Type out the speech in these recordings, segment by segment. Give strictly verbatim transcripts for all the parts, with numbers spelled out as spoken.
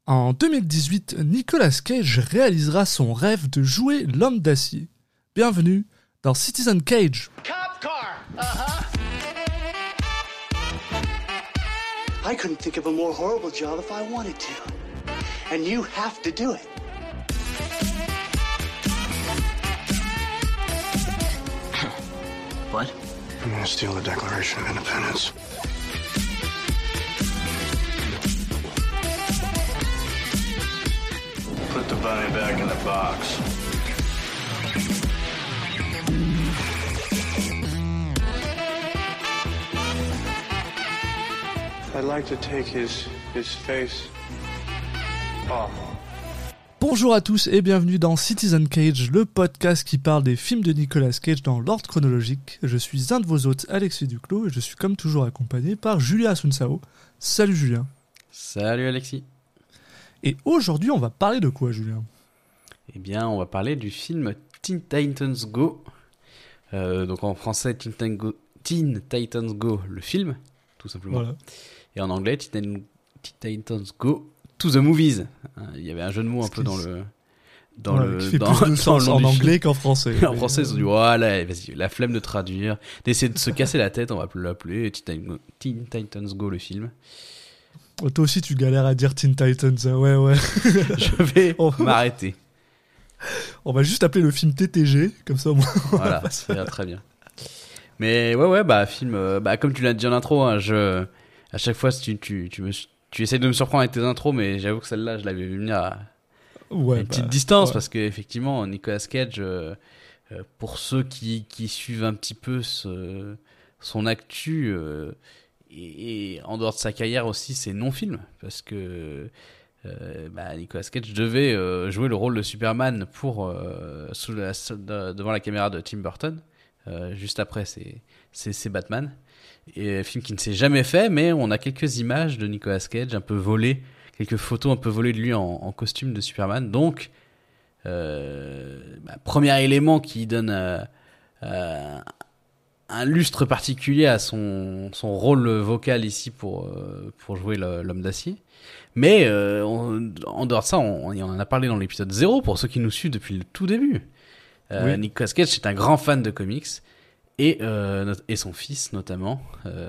En deux mille dix-huit, Nicolas Cage réalisera son rêve de jouer l'homme d'acier. Bienvenue dans Citizen Cage. Cop car. Uh-huh. I couldn't think of a more horrible job if I wanted to. And you have to do it. What? I'm gonna steal the Declaration of Independence. Put the bunny back in the box. I'd like to take his his face off. Bonjour à tous et bienvenue dans Citizen Cage, le podcast qui parle des films de Nicolas Cage dans l'ordre chronologique. Je suis un de vos hôtes, Alexis Duclos, et je suis comme toujours accompagné par Julien Asunsao. Salut Julien. Salut Alexis. Et aujourd'hui, on va parler de quoi, Julien ? Eh bien, on va parler du film Teen Titans Go. Euh, donc en français, Teen, Titan Go, Teen Titans Go, le film, tout simplement. Voilà. Et en anglais, Teen, Teen Titans Go to the Movies. Il y avait un jeu de mots un peu dans le... Dans ouais, le qui fait dans, plus de sens en anglais qu'en français. En français, ils ont dit, voilà, vas-y, la flemme de traduire, d'essayer de se casser la tête, on va l'appeler Teen, Teen Titans Go, le film. Oh, toi aussi, tu galères à dire Teen Titans, hein. Ouais, ouais. Je vais on... m'arrêter. On va juste appeler le film T T G, comme ça au moins. Voilà, ça ira très bien. Mais ouais, ouais, bah, film, euh, bah, comme tu l'as dit en intro, hein, je, à chaque fois, tu, tu, tu, me, tu essaies de me surprendre avec tes intros, mais j'avoue que celle-là, je l'avais vu venir à, ouais, à une bah, petite distance, ouais. Parce qu'effectivement, Nicolas Cage, euh, euh, pour ceux qui, qui suivent un petit peu ce, son actu, euh, et, et en dehors de sa carrière aussi, c'est non-film, parce que euh, bah, Nicolas Cage devait euh, jouer le rôle de Superman pour, euh, sous la, de, devant la caméra de Tim Burton, euh, juste après c'est, c'est, c'est Batman, et un film qui ne s'est jamais fait, mais on a quelques images de Nicolas Cage un peu volées, quelques photos un peu volées de lui en, en costume de Superman, donc euh, bah, premier élément qui donne euh, euh, un lustre particulier à son, son rôle vocal ici pour, euh, pour jouer le, l'homme d'acier. Mais euh, on, en dehors de ça, on, on en a parlé dans l'épisode zéro pour ceux qui nous suivent depuis le tout début. Euh, oui. Nicolas Cage est un grand fan de comics et, euh, et son fils notamment euh,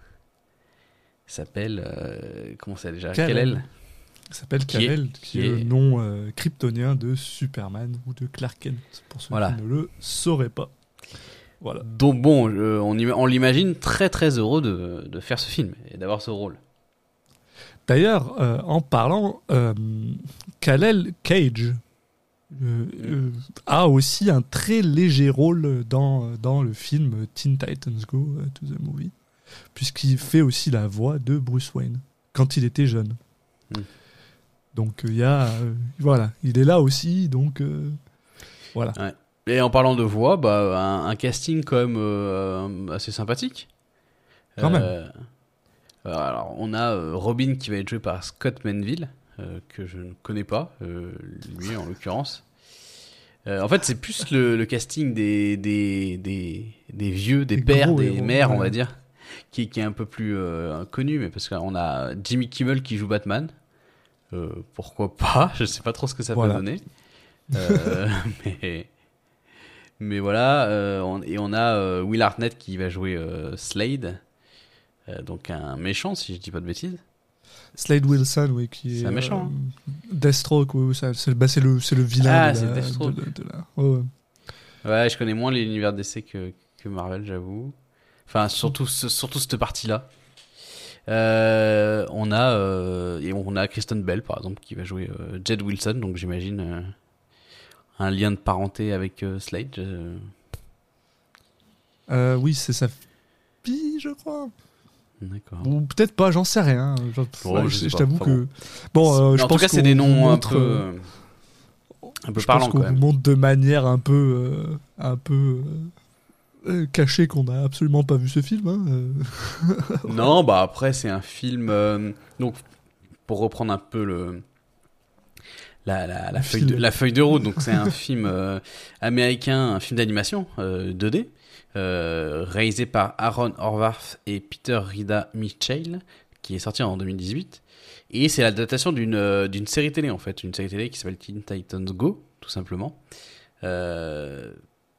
s'appelle... Euh, comment c'est déjà Kal-El. Il s'appelle Kal-El, qui, qui est, est le nom euh, kryptonien de Superman ou de Clark Kent, pour ceux voilà. qui ne le sauraient pas. Voilà. Donc bon, euh, on, on l'imagine très très heureux de, de faire ce film et d'avoir ce rôle. D'ailleurs, euh, en parlant, euh, Kal-El Cage euh, euh, a aussi un très léger rôle dans, dans le film Teen Titans Go uh, to the Movie, puisqu'il fait aussi la voix de Bruce Wayne quand il était jeune. Mm. Donc il y a, euh, voilà, il est là aussi, donc euh, voilà. Ouais. Et en parlant de voix, bah, un, un casting quand même euh, assez sympathique. Quand euh, même. Alors, on a euh, Robin qui va être joué par Scott Menville, euh, que je ne connais pas, euh, lui en l'occurrence. Euh, en fait, c'est plus le, le casting des, des, des, des vieux, des, des pères, des héros, mères, ouais. on va dire, qui, qui est un peu plus euh, connu, mais parce qu'on a Jimmy Kimmel qui joue Batman. Euh, pourquoi pas ? Je ne sais pas trop ce que ça voilà. peut donner. Euh, mais... Mais voilà, euh, on, et on a euh, Will Arnett qui va jouer euh, Slade, euh, donc un méchant si je dis pas de bêtises. Slade Wilson, oui, qui c'est est un méchant. Euh, hein. Deathstroke, oui, ça, c'est, bah, c'est le c'est le vilain. Ah, de c'est la, Deathstroke. De, de, de la... oh, ouais. ouais, je connais moins l'univers D C que que Marvel, j'avoue. Enfin, surtout ce, surtout cette partie-là. Euh, on a euh, et on a Kristen Bell par exemple qui va jouer euh, Jed Wilson, donc j'imagine. Euh, un lien de parenté avec euh, Slade euh... Euh, oui, c'est sa fille, je crois. D'accord. Ou peut-être pas, j'en sais rien. Genre, bon, je, je, je t'avoue enfin, que... Bon, euh, je en pense tout cas, c'est des noms montre, un peu, un peu je parlants pense qu'on quand même. vous montre de manière un peu, euh, un peu euh, cachée qu'on n'a absolument pas vu ce film. Hein, euh. Non, bah après, c'est un film... Euh, donc, pour reprendre un peu le... La, la, la, feuille de, la feuille de route, donc c'est un film euh, américain, un film d'animation euh, deux D, euh, réalisé par Aaron Horvath et Peter Rida Mitchell, qui est sorti en deux mille dix-huit. Et c'est l'adaptation d'une, euh, d'une série télé, en fait. Une série télé qui s'appelle Teen Titans Go, tout simplement. Euh,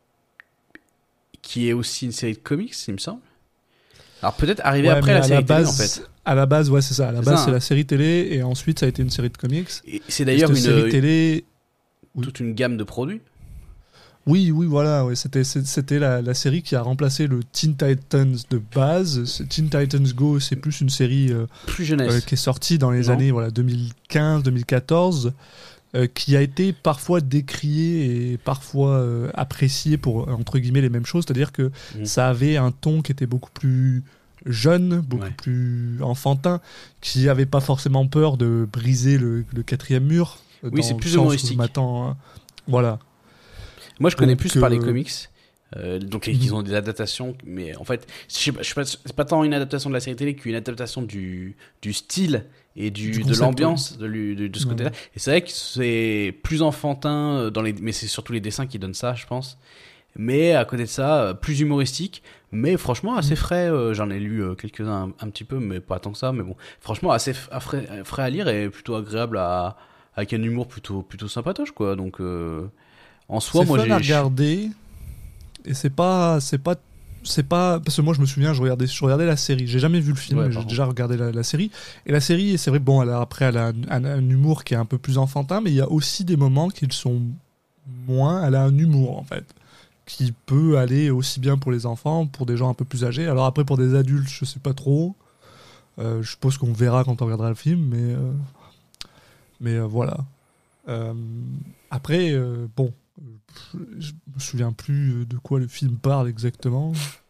qui est aussi une série de comics, il me semble. Alors peut-être arrivé Ouais, après mais la à série la télé, base, en fait. À la base, ouais, c'est ça. À la C'est base, ça, c'est hein. la série télé, et ensuite, ça a été une série de comics. Et c'est Et d'ailleurs cette une, série télé. toute une gamme de produits. Oui, oui, voilà. Ouais, c'était c'est- c'était la, la série qui a remplacé le Teen Titans de base. C'est- Teen Titans Go, c'est plus une série euh, Plus euh, jeunesse. qui est sortie dans les Non. années voilà, deux mille quinze deux mille quatorze, euh, qui a été parfois décriée et parfois euh, appréciée pour, entre guillemets, les mêmes choses. C'est-à-dire que Mhm. ça avait un ton qui était beaucoup plus jeune, beaucoup Ouais. plus enfantin, qui avait pas forcément peur de briser le, le quatrième mur. euh, Oui, dans c'est le plus sens où humoristique. je m'attends, hein. Voilà. Moi, je connais Donc, plus par les euh, comics. Euh, donc, Mhm. ils ont des adaptations, mais en fait, je sais pas, je sais pas, c'est pas tant une adaptation de la série télé qu'une adaptation du, du style et du, Du de concept, l'ambiance de, lui- de, de ce Ouais. côté-là. Et c'est vrai que c'est plus enfantin dans les, mais c'est surtout les dessins qui donnent ça, je pense. Mais à côté de ça, euh, plus humoristique, mais franchement assez Mhm. frais. Euh, j'en ai lu euh, quelques-uns un, un petit peu, mais pas tant que ça. Mais bon, franchement assez f- à frais, frais à lire et plutôt agréable à, avec un humour plutôt, plutôt sympatoche, quoi. Donc, euh, en soi, C'est moi fun j'ai. à regarder, et c'est pas, c'est pas, c'est pas, parce que moi je me souviens, je regardais, je regardais la série. J'ai jamais vu le film, Ouais, mais j'ai pardon. déjà regardé la, la série. Et la série, c'est vrai, bon, elle a, après, elle a un, un- un humour qui est un peu plus enfantin, mais il y a aussi des moments qui le sont moins. Elle a un humour en fait, qui peut aller aussi bien pour les enfants, pour des gens un peu plus âgés. Alors après, pour des adultes, je sais pas trop. Euh, je suppose qu'on verra quand on regardera le film, mais, euh, mais euh, voilà. Euh, après, euh, bon, euh, je me souviens plus de quoi le film parle exactement.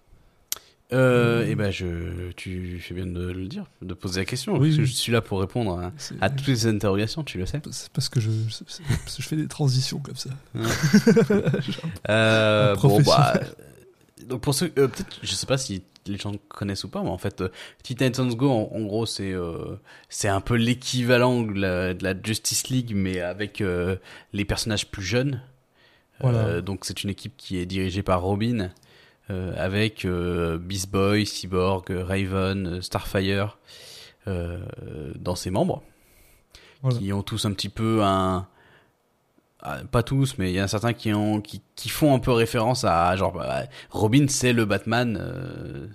Euh, et ben je, tu fais bien de le dire, de poser la question. Oui, parce que oui. je suis là pour répondre à, C'est à toutes les interrogations, tu le sais. c'est parce que je, c'est- c'est parce que je fais des transitions comme ça. Euh, Un bon bah, professionnel. donc pour ceux, euh, peut-être, je sais pas si les gens connaissent ou pas, mais en fait, euh, Teen Titans Go, en, en gros, c'est euh, c'est un peu l'équivalent de la, de la Justice League, mais avec euh, les personnages plus jeunes. Voilà. Euh, donc c'est une équipe qui est dirigée par Robin, euh, avec euh, Beast Boy, Cyborg, Raven, euh, Starfire euh, dans ses membres, Voilà. qui ont tous un petit peu un, ah, pas tous, mais il y en a certains qui ont qui, qui font un peu référence à genre bah, Robin, c'est le Batman euh,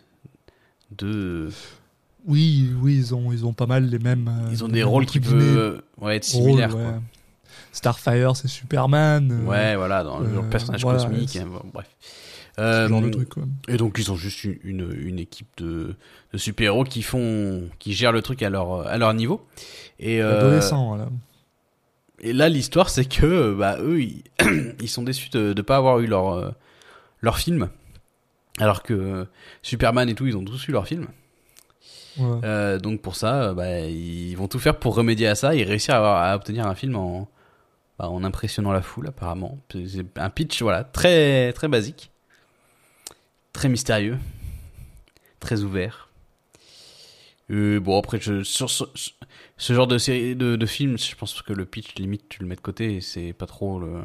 de. Oui, oui, ils ont, ils ont pas mal les mêmes. euh, Ils ont les des mêmes, rôles entre qui guillemets, peuvent ouais, être rôles, similaires. ouais. Quoi. Starfire, c'est Superman. euh, Ouais, voilà, dans le euh, personnage voilà, cosmique, c'est- hein, bon, bref. ce Euh, genre de truc, quoi. Et donc ils ont juste une, une, une équipe de, de super-héros qui font, qui gèrent le truc à leur, à leur niveau. Et, euh, Adolescent, voilà. et là l'histoire c'est que bah eux ils, ils sont déçus de ne pas avoir eu leur, euh, leur film, alors que euh, Superman et tout ils ont tous eu leur film. Ouais. Euh, donc pour ça, euh, bah, ils vont tout faire pour remédier à ça et réussir à, avoir- à obtenir un film en, bah, en impressionnant la foule apparemment. C'est un pitch voilà très très basique, très mystérieux, très ouvert. Euh, bon après je, sur ce, ce genre de série de, de film, je pense que le pitch limite tu le mets de côté et c'est pas trop le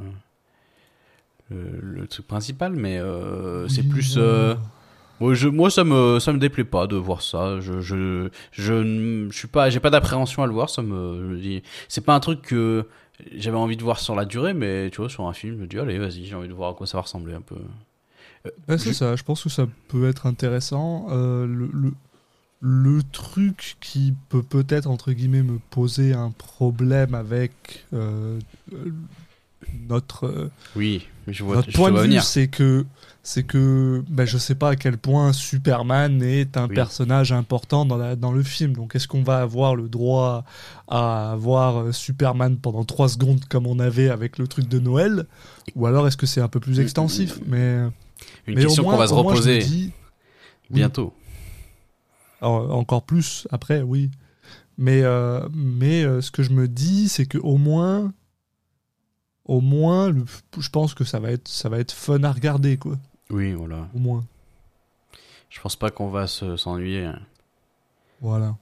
le, le truc principal, mais euh, c'est Oui, plus. ouais. Euh, Ouais, je, moi, ça me, ça me déplaît pas de voir ça. Je, je, je, ne- je suis pas, j'ai pas d'appréhension à le voir. Ça me, je me dis, c'est pas un truc que j'avais envie de voir sur la durée, mais tu vois, sur un film, je me dis, allez, vas-y, j'ai envie de voir à quoi ça va ressembler un peu. Euh, Ouais, c'est je- ça, je pense que ça peut être intéressant. Euh, le, le, le truc qui peut peut-être, entre guillemets, me poser un problème avec euh, euh, notre, euh, Oui, mais je vois, notre je te point de vois vue, venir. c'est que, c'est que ben, je sais pas à quel point Superman est un Oui. personnage important dans, la, dans le film. Donc est-ce qu'on va avoir le droit à avoir euh, Superman pendant trois secondes comme on avait avec le truc de Noël, ou alors est-ce que c'est un peu plus extensif? Mais Une mais au question moins- qu'on va se au moins, je me reposer dis- oui. bientôt. Alors, encore plus après, oui. Mais, euh, mais euh, ce que je me dis, c'est que au moins, au moins, le- je pense que ça va être, ça va être fun à regarder, quoi. Oui, voilà. Au moins, Je pense pas qu'on va se, s'ennuyer. voilà.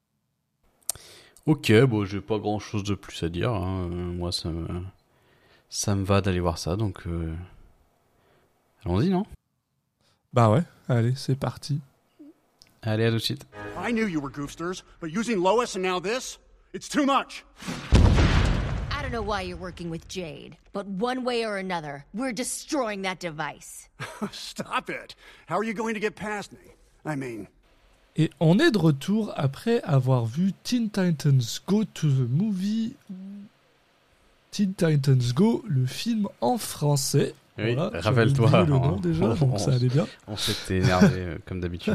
Ok, bon, j'ai pas grand chose de plus à dire. Hein. Euh, Moi, ça me, ça me va d'aller voir ça, donc euh, allons-y, non? Bah ouais. Allez, c'est parti. Allez, à tout de suite. I knew you were goofsters, but using Lois and now this? It's too much. I don't know why you're working with Jade, but one way or another, we're destroying that device. Stop it. How are you going to get past me? I mean... Et on est de retour après avoir vu Teen Titans Go to the Movie, Teen Titans Go, le film en français. Oui, voilà, rappelle-toi. j'avais oublié le nom déjà, on, donc on, ça allait bien. On s'était énervé euh, comme d'habitude.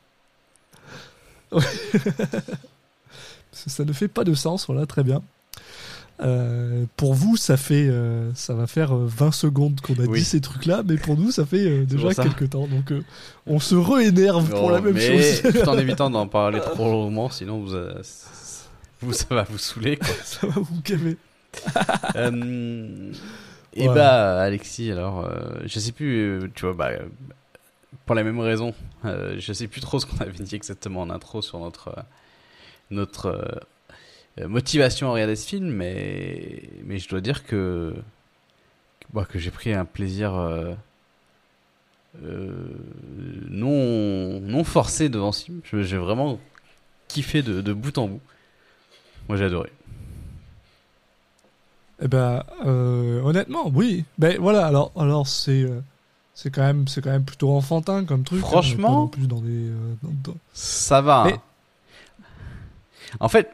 Ça ne fait pas de sens, voilà, très bien. Euh, pour vous, ça fait, euh, ça va faire vingt secondes qu'on a oui. dit ces trucs-là, mais pour nous, ça fait euh, déjà ça. quelques temps. Donc, euh, on se re-énerve Non, pour la même mais chose. tout en évitant d'en parler trop longuement, sinon vous, euh, vous ça va vous saouler. Quoi. Ça va vous calmer. euh, et Ouais. bah, Alexis, alors, euh, je sais plus, euh, tu vois, bah, euh, pour la même raison, euh, je sais plus trop ce qu'on avait dit exactement en intro sur notre, euh, notre euh, motivation à regarder ce film, mais, mais je dois dire que, que, bah, que j'ai pris un plaisir euh, euh, non, non forcé devant ce film. Je- J'ai vraiment kiffé de, de bout en bout. Moi, j'ai adoré. Eh ben, euh, honnêtement, oui. Ben voilà, alors, alors c'est, euh, c'est quand même, c'est quand même plutôt enfantin comme truc. hein, Franchement, on est pas non plus dans des, euh, dans- dans- Ça va. Mais- hein. En fait,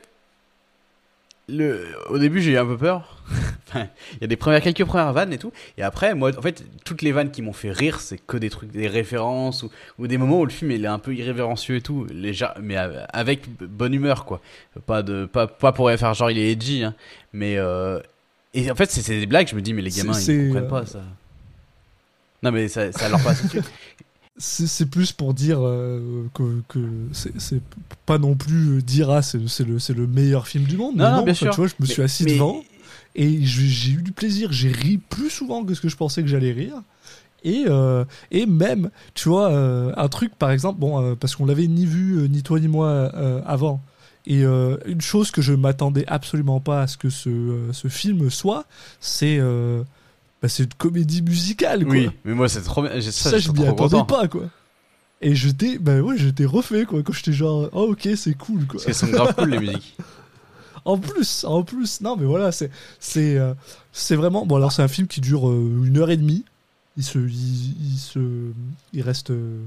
le... au début, j'ai eu un peu peur. Enfin, il y a des premières, quelques premières vannes et tout. Et après, moi, en fait, toutes les vannes qui m'ont fait rire, c'est que des trucs, des références ou, ou des moments où le film il est un peu irrévérencieux et tout, légère, mais av- avec b- bonne humeur, quoi. Pas de, pas, pas pour faire genre il est edgy, hein. Mais euh... et en fait, c'est, c'est des blagues. Je me dis, mais les gamins, C'est- ils c'est, comprennent euh, pas ça. Non, mais ça, ça leur passe dessus. C'est, c'est plus pour dire euh, que, que c'est, c'est pas non plus euh, dire ah c'est, c'est, le, c'est le meilleur film du monde. Non, mais non, non, bien enfin, sûr. tu vois, je me Mais- suis assis mais- devant et j'ai, j'ai eu du plaisir. J'ai ri plus souvent que ce que je pensais que j'allais rire. Et, euh, et même, tu vois, euh, un truc par exemple, bon, euh, parce qu'on l'avait ni vu, euh, ni toi ni moi euh, avant. Et euh, une chose que je m'attendais absolument pas à ce que ce, euh, ce film soit, c'est, euh, bah, c'est une comédie musicale, quoi. Oui, mais moi, c'est trop bien. J'ai- Ça, Ça, j'étais je m'y trop attendais content. pas, quoi. Et j'étais, bah ouais, j'étais refait, quoi. Quand j'étais genre, oh ok, c'est cool, quoi. Parce qu'elles sont grave cool, les musiques. En plus, en plus, non, mais voilà, c'est, c'est, euh, c'est vraiment. Bon, alors c'est un film qui dure euh, une heure et demie. Il se, il, il se, il reste. euh,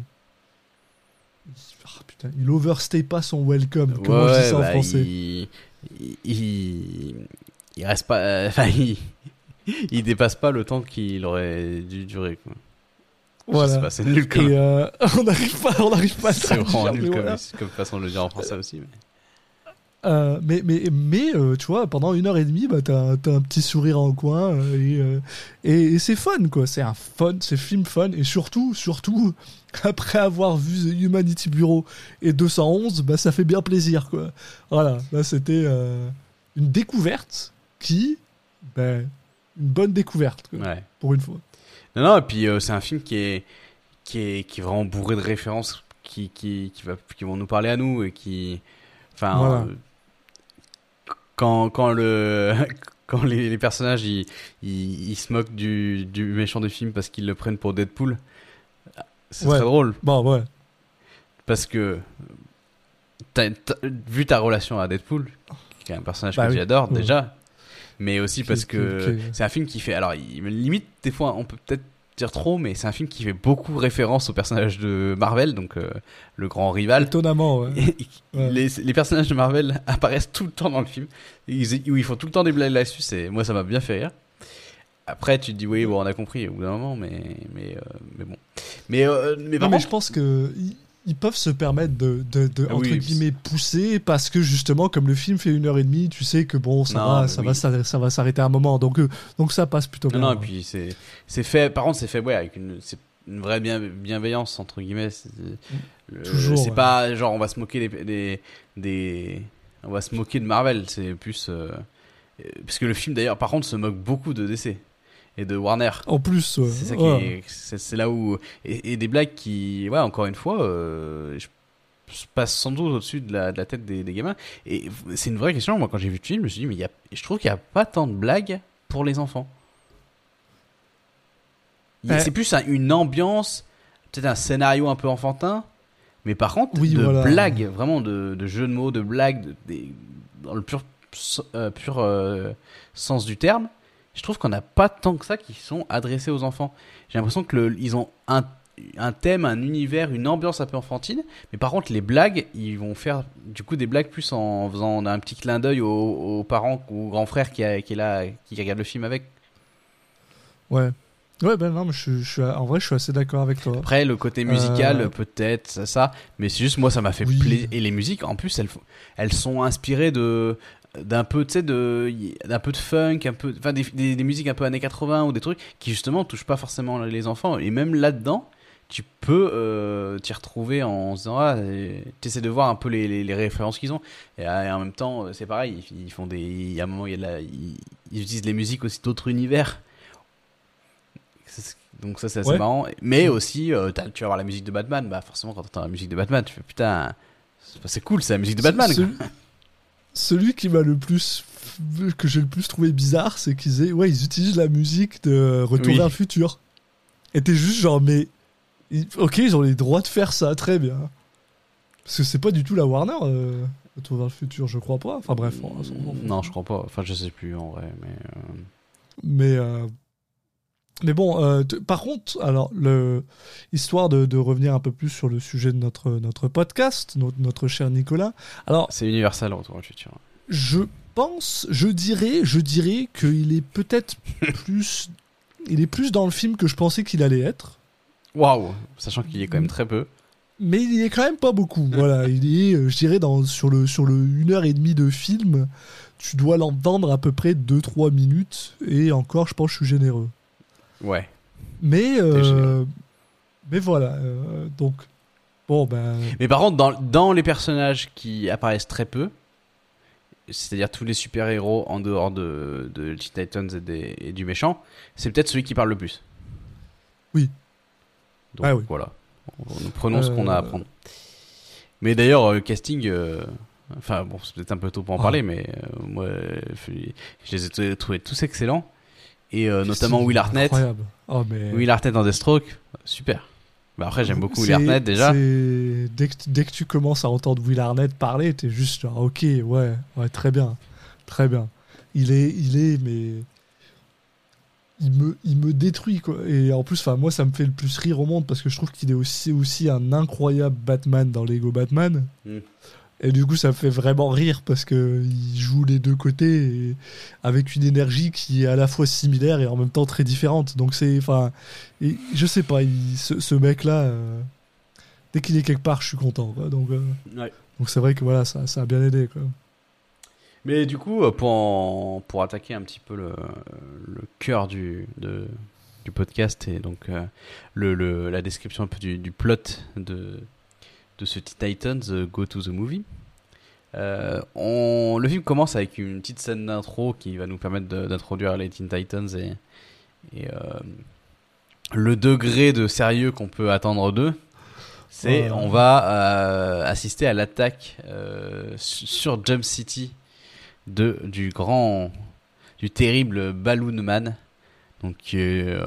il, ah, putain, il overstay pas son welcome. Comment je dis ça en bah, français il, il, il, il reste pas. euh, Enfin, il, il dépasse pas le temps qu'il aurait dû durer. Quoi. Je Voilà. sais pas, c'est nul comme. Et euh, on n'arrive pas, on n'arrive pas à le C'est vraiment traduire, nul mais comme, voilà. comme façon de le dire en français aussi. Mais... Euh, mais mais, mais euh, tu vois, pendant une heure et demie, bah, t'as, t'as un petit sourire en coin euh, et, euh, et, et c'est fun, quoi. C'est un fun, c'est film fun. Et surtout, surtout, après avoir vu The Humanity Bureau et deux cent onze, bah, ça fait bien plaisir, quoi. Voilà, là c'était euh, une découverte qui, bah, une bonne découverte, quoi, Ouais. pour une fois. Non, non, et puis euh, c'est un film qui est, qui est, qui est vraiment bourré de références qui, qui, qui, va, qui vont nous parler à nous et qui. Enfin. Voilà. euh, quand, quand, le, quand les, les personnages ils, ils, ils se moquent du, du méchant du film parce qu'ils le prennent pour Deadpool, c'est Ouais. très drôle. Bon, ouais. Parce que, t'as, t'as- vu ta relation à Deadpool, qui est un personnage Bah que oui. tu adores Ouais. déjà, mais aussi Qui- parce qui- que qui- c'est un film qui fait. Alors, il, limite, des fois, on peut peut-être dire trop, mais c'est un film qui fait beaucoup référence au personnage de Marvel, donc euh, le grand rival. Étonnamment, ouais. Ouais. Les, les personnages de Marvel apparaissent tout le temps dans le film. Ils, où ils font tout le temps des blagues là-dessus, et moi ça m'a bien fait rire. Après, tu te dis, oui, bon, on a compris au bout d'un moment, mais, mais, euh, mais bon. Mais, euh, mais par Non, mais contre, je pense que ils, ils peuvent se permettre de, de, de Ah entre oui, guillemets pousser parce que justement comme le film fait une heure et demie, tu sais que bon ça Non, va mais ça oui. va ça, ça va s'arrêter à un moment donc euh, donc ça passe plutôt non, bien. non, et puis c'est, c'est fait, par contre, c'est fait, ouais, avec une, c'est une vraie bien, bienveillance, entre guillemets. C'est, le- Toujours, c'est ouais. pas genre, on va se moquer des, des, des- on va se moquer de Marvel, c'est plus, euh, euh, parce que le film d'ailleurs, par contre, se moque beaucoup de D C et de Warner. En plus, ouais. C'est ça Ouais. qui est, c'est, c'est là où et, et des blagues qui, ouais, encore une fois, euh, je, je passe sans doute au-dessus de la, de la tête des, des gamins. Et c'est une vraie question. Moi, quand j'ai vu le film, je me suis dit, mais il y a, je trouve qu'il n'y a pas tant de blagues pour les enfants. Il y a- Ouais. C'est plus un- une ambiance, peut-être un scénario un peu enfantin, mais par contre, Oui, de voilà. blagues, vraiment de, de jeux de mots, de blagues, de- des- dans le pur euh, pur euh, sens du terme, je trouve qu'on n'a pas tant que ça qui sont adressés aux enfants. J'ai l'impression que le, ils ont un, un thème, un univers, une ambiance un peu enfantine, mais par contre les blagues, ils vont faire du coup des blagues plus en faisant un petit clin d'œil aux, aux parents ou au grand frère qui, a, qui est là, qui regarde le film avec. Ouais. Ouais, ben non, mais je, je suis, en vrai, je suis assez d'accord avec toi. Après, le côté musical, Euh... peut-être, ça, ça, mais c'est juste, moi, ça m'a fait oui. plaisir. Et les musiques, en plus, elles, elles sont inspirées de, d'un peu, tu sais, de, d'un peu de funk, un peu, enfin, des, des, des musiques un peu années quatre-vingts ou des trucs qui, justement, touchent pas forcément les enfants. Et même là-dedans, tu peux euh, t'y retrouver en se disant, ah, tu essaies de voir un peu les, les, les références qu'ils ont. Et, et en même temps, c'est pareil, ils, ils font des, il y a un moment, il y a de la, ils, ils utilisent les musiques aussi d'autres univers. Donc ça c'est assez ouais. marrant, mais aussi euh, tu vas avoir la musique de Batman, bah forcément quand t'entends la musique de Batman tu fais putain c'est cool, c'est la musique de Batman. Ce, celui, celui qui m'a le plus que j'ai le plus trouvé bizarre, c'est qu'ils aient, ouais, ils utilisent la musique de Retour oui. vers le futur. Et t'es juste genre mais ok, ils ont les droits de faire ça, très bien. Parce que c'est pas du tout la Warner euh, Retour vers le futur, je crois pas. Enfin bref. On, on, non, je crois pas. Enfin je sais plus en vrai, mais. Euh... Mais euh... Mais bon, euh, t- par contre, alors, le, histoire de, de revenir un peu plus sur le sujet de notre, notre podcast, notre, notre cher Nicolas. Alors, c'est Universal Retour vers le futur. Je pense, je dirais, je dirais qu'il est peut-être plus, il est plus dans le film que je pensais qu'il allait être. Waouh, sachant qu'il y est quand même très peu. Mais il y est quand même pas beaucoup. Voilà, il est, je dirais, dans, sur le sur le une heure et demie de film, tu dois l'entendre à peu près deux trois minutes. Et encore, je pense que je suis généreux. Ouais. Mais, euh, mais voilà. Euh, donc, bon, ben. Mais par contre, dans, dans les personnages qui apparaissent très peu, c'est-à-dire tous les super-héros en dehors de, de Teen Titans et, des, et du méchant, c'est peut-être celui qui parle le plus. Oui. Donc ah oui. voilà. Nous prenons ce euh... qu'on a à apprendre. Mais d'ailleurs, le casting. Euh... Enfin, bon, c'est peut-être un peu tôt pour en oh. parler, mais euh, moi, je les ai trouvés tous excellents. Et euh, notamment Will Arnett. Incroyable. Oh, mais... Will Arnett dans Deathstroke, super. Bah après, j'aime beaucoup Will Arnett déjà. Dès que, dès que tu commences à entendre Will Arnett parler, t'es juste genre, ok, ouais, ouais, très bien, très bien. Il est, il est, mais il me, il me détruit quoi. Et en plus, enfin, moi, ça me fait le plus rire au monde parce que je trouve qu'il est aussi, aussi un incroyable Batman dans Lego Batman. Mm. Et du coup, ça me fait vraiment rire parce que il joue les deux côtés et avec une énergie qui est à la fois similaire et en même temps très différente. Donc c'est, enfin, je sais pas, il, ce, ce mec-là, euh, dès qu'il est quelque part, je suis content. Quoi. Donc, euh, ouais. donc c'est vrai que voilà, ça, ça a bien aidé. Quoi. Mais du coup, pour en, pour attaquer un petit peu le, le cœur du de, du podcast et donc euh, le, le la description un peu du, du plot de de ce Teen Titans, uh, Go to the Movie. Euh, on, le film commence avec une petite scène d'intro qui va nous permettre de, d'introduire les Teen Titans et, et euh, le degré de sérieux qu'on peut attendre d'eux. C'est oh. on va euh, assister à l'attaque euh, sur Jump City de du grand, du terrible Balloon Man, donc qui est euh,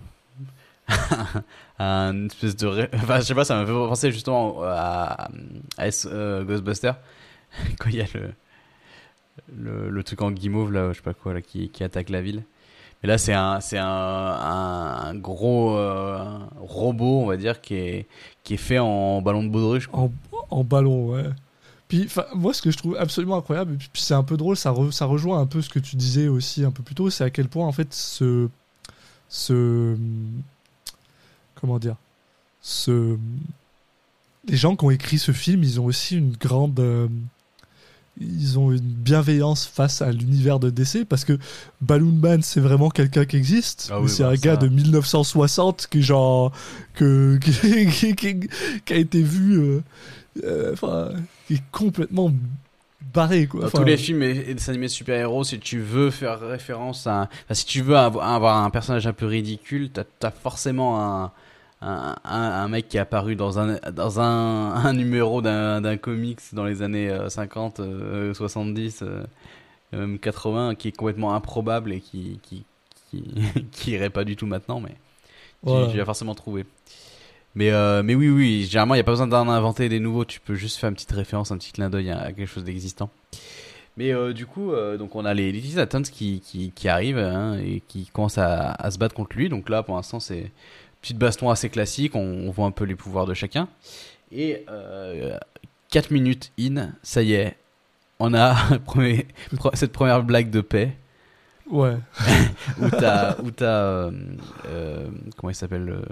un espèce de ré... enfin je sais pas, ça m'a fait penser justement à, à S, euh, Ghostbusters quand il y a le, le le truc en guimauve là, je sais pas quoi là, qui qui attaque la ville. Mais là c'est un c'est un un, un gros euh, un robot on va dire qui est qui est fait en ballon de baudruche quoi. En en ballon ouais. Puis moi ce que je trouve absolument incroyable, et puis c'est un peu drôle, ça re, ça rejoint un peu ce que tu disais aussi un peu plus tôt, c'est à quel point en fait ce ce comment dire, ce... les gens qui ont écrit ce film, ils ont aussi une grande, euh... ils ont une bienveillance face à l'univers de D C parce que Balloon Man, c'est vraiment quelqu'un qui existe, ah oui, mais c'est bah, un ça... gars de dix-neuf cent soixante qui genre que qui, qui, qui, qui a été vu, euh... Euh, enfin, qui est complètement barré quoi. Dans enfin, tous les films et dessins animés de super-héros, si tu veux faire référence à, enfin, si tu veux avoir un personnage un peu ridicule, t'as, t'as forcément un Un, un, un mec qui est apparu dans un, dans un, un numéro d'un, d'un comics dans les années cinquante, euh, soixante-dix, euh, même quatre-vingts, qui est complètement improbable et qui, qui, qui, qui irait pas du tout maintenant, mais voilà. tu, tu vas forcément trouver. Mais, euh, mais oui, oui, généralement, il n'y a pas besoin d'en inventer des nouveaux, tu peux juste faire une petite référence, un petit clin d'œil à, à quelque chose d'existant. Mais euh, du coup, euh, donc on a les, les Teen Titans qui, qui, qui arrivent hein, et qui commencent à, à se battre contre lui. Donc là, pour l'instant, c'est petite baston assez classique. On, on voit un peu les pouvoirs de chacun. Et euh, quatre minutes in, ça y est, on a premier, cette première blague de paix. Ouais. où t'as, où t'as euh, euh, comment il s'appelle euh,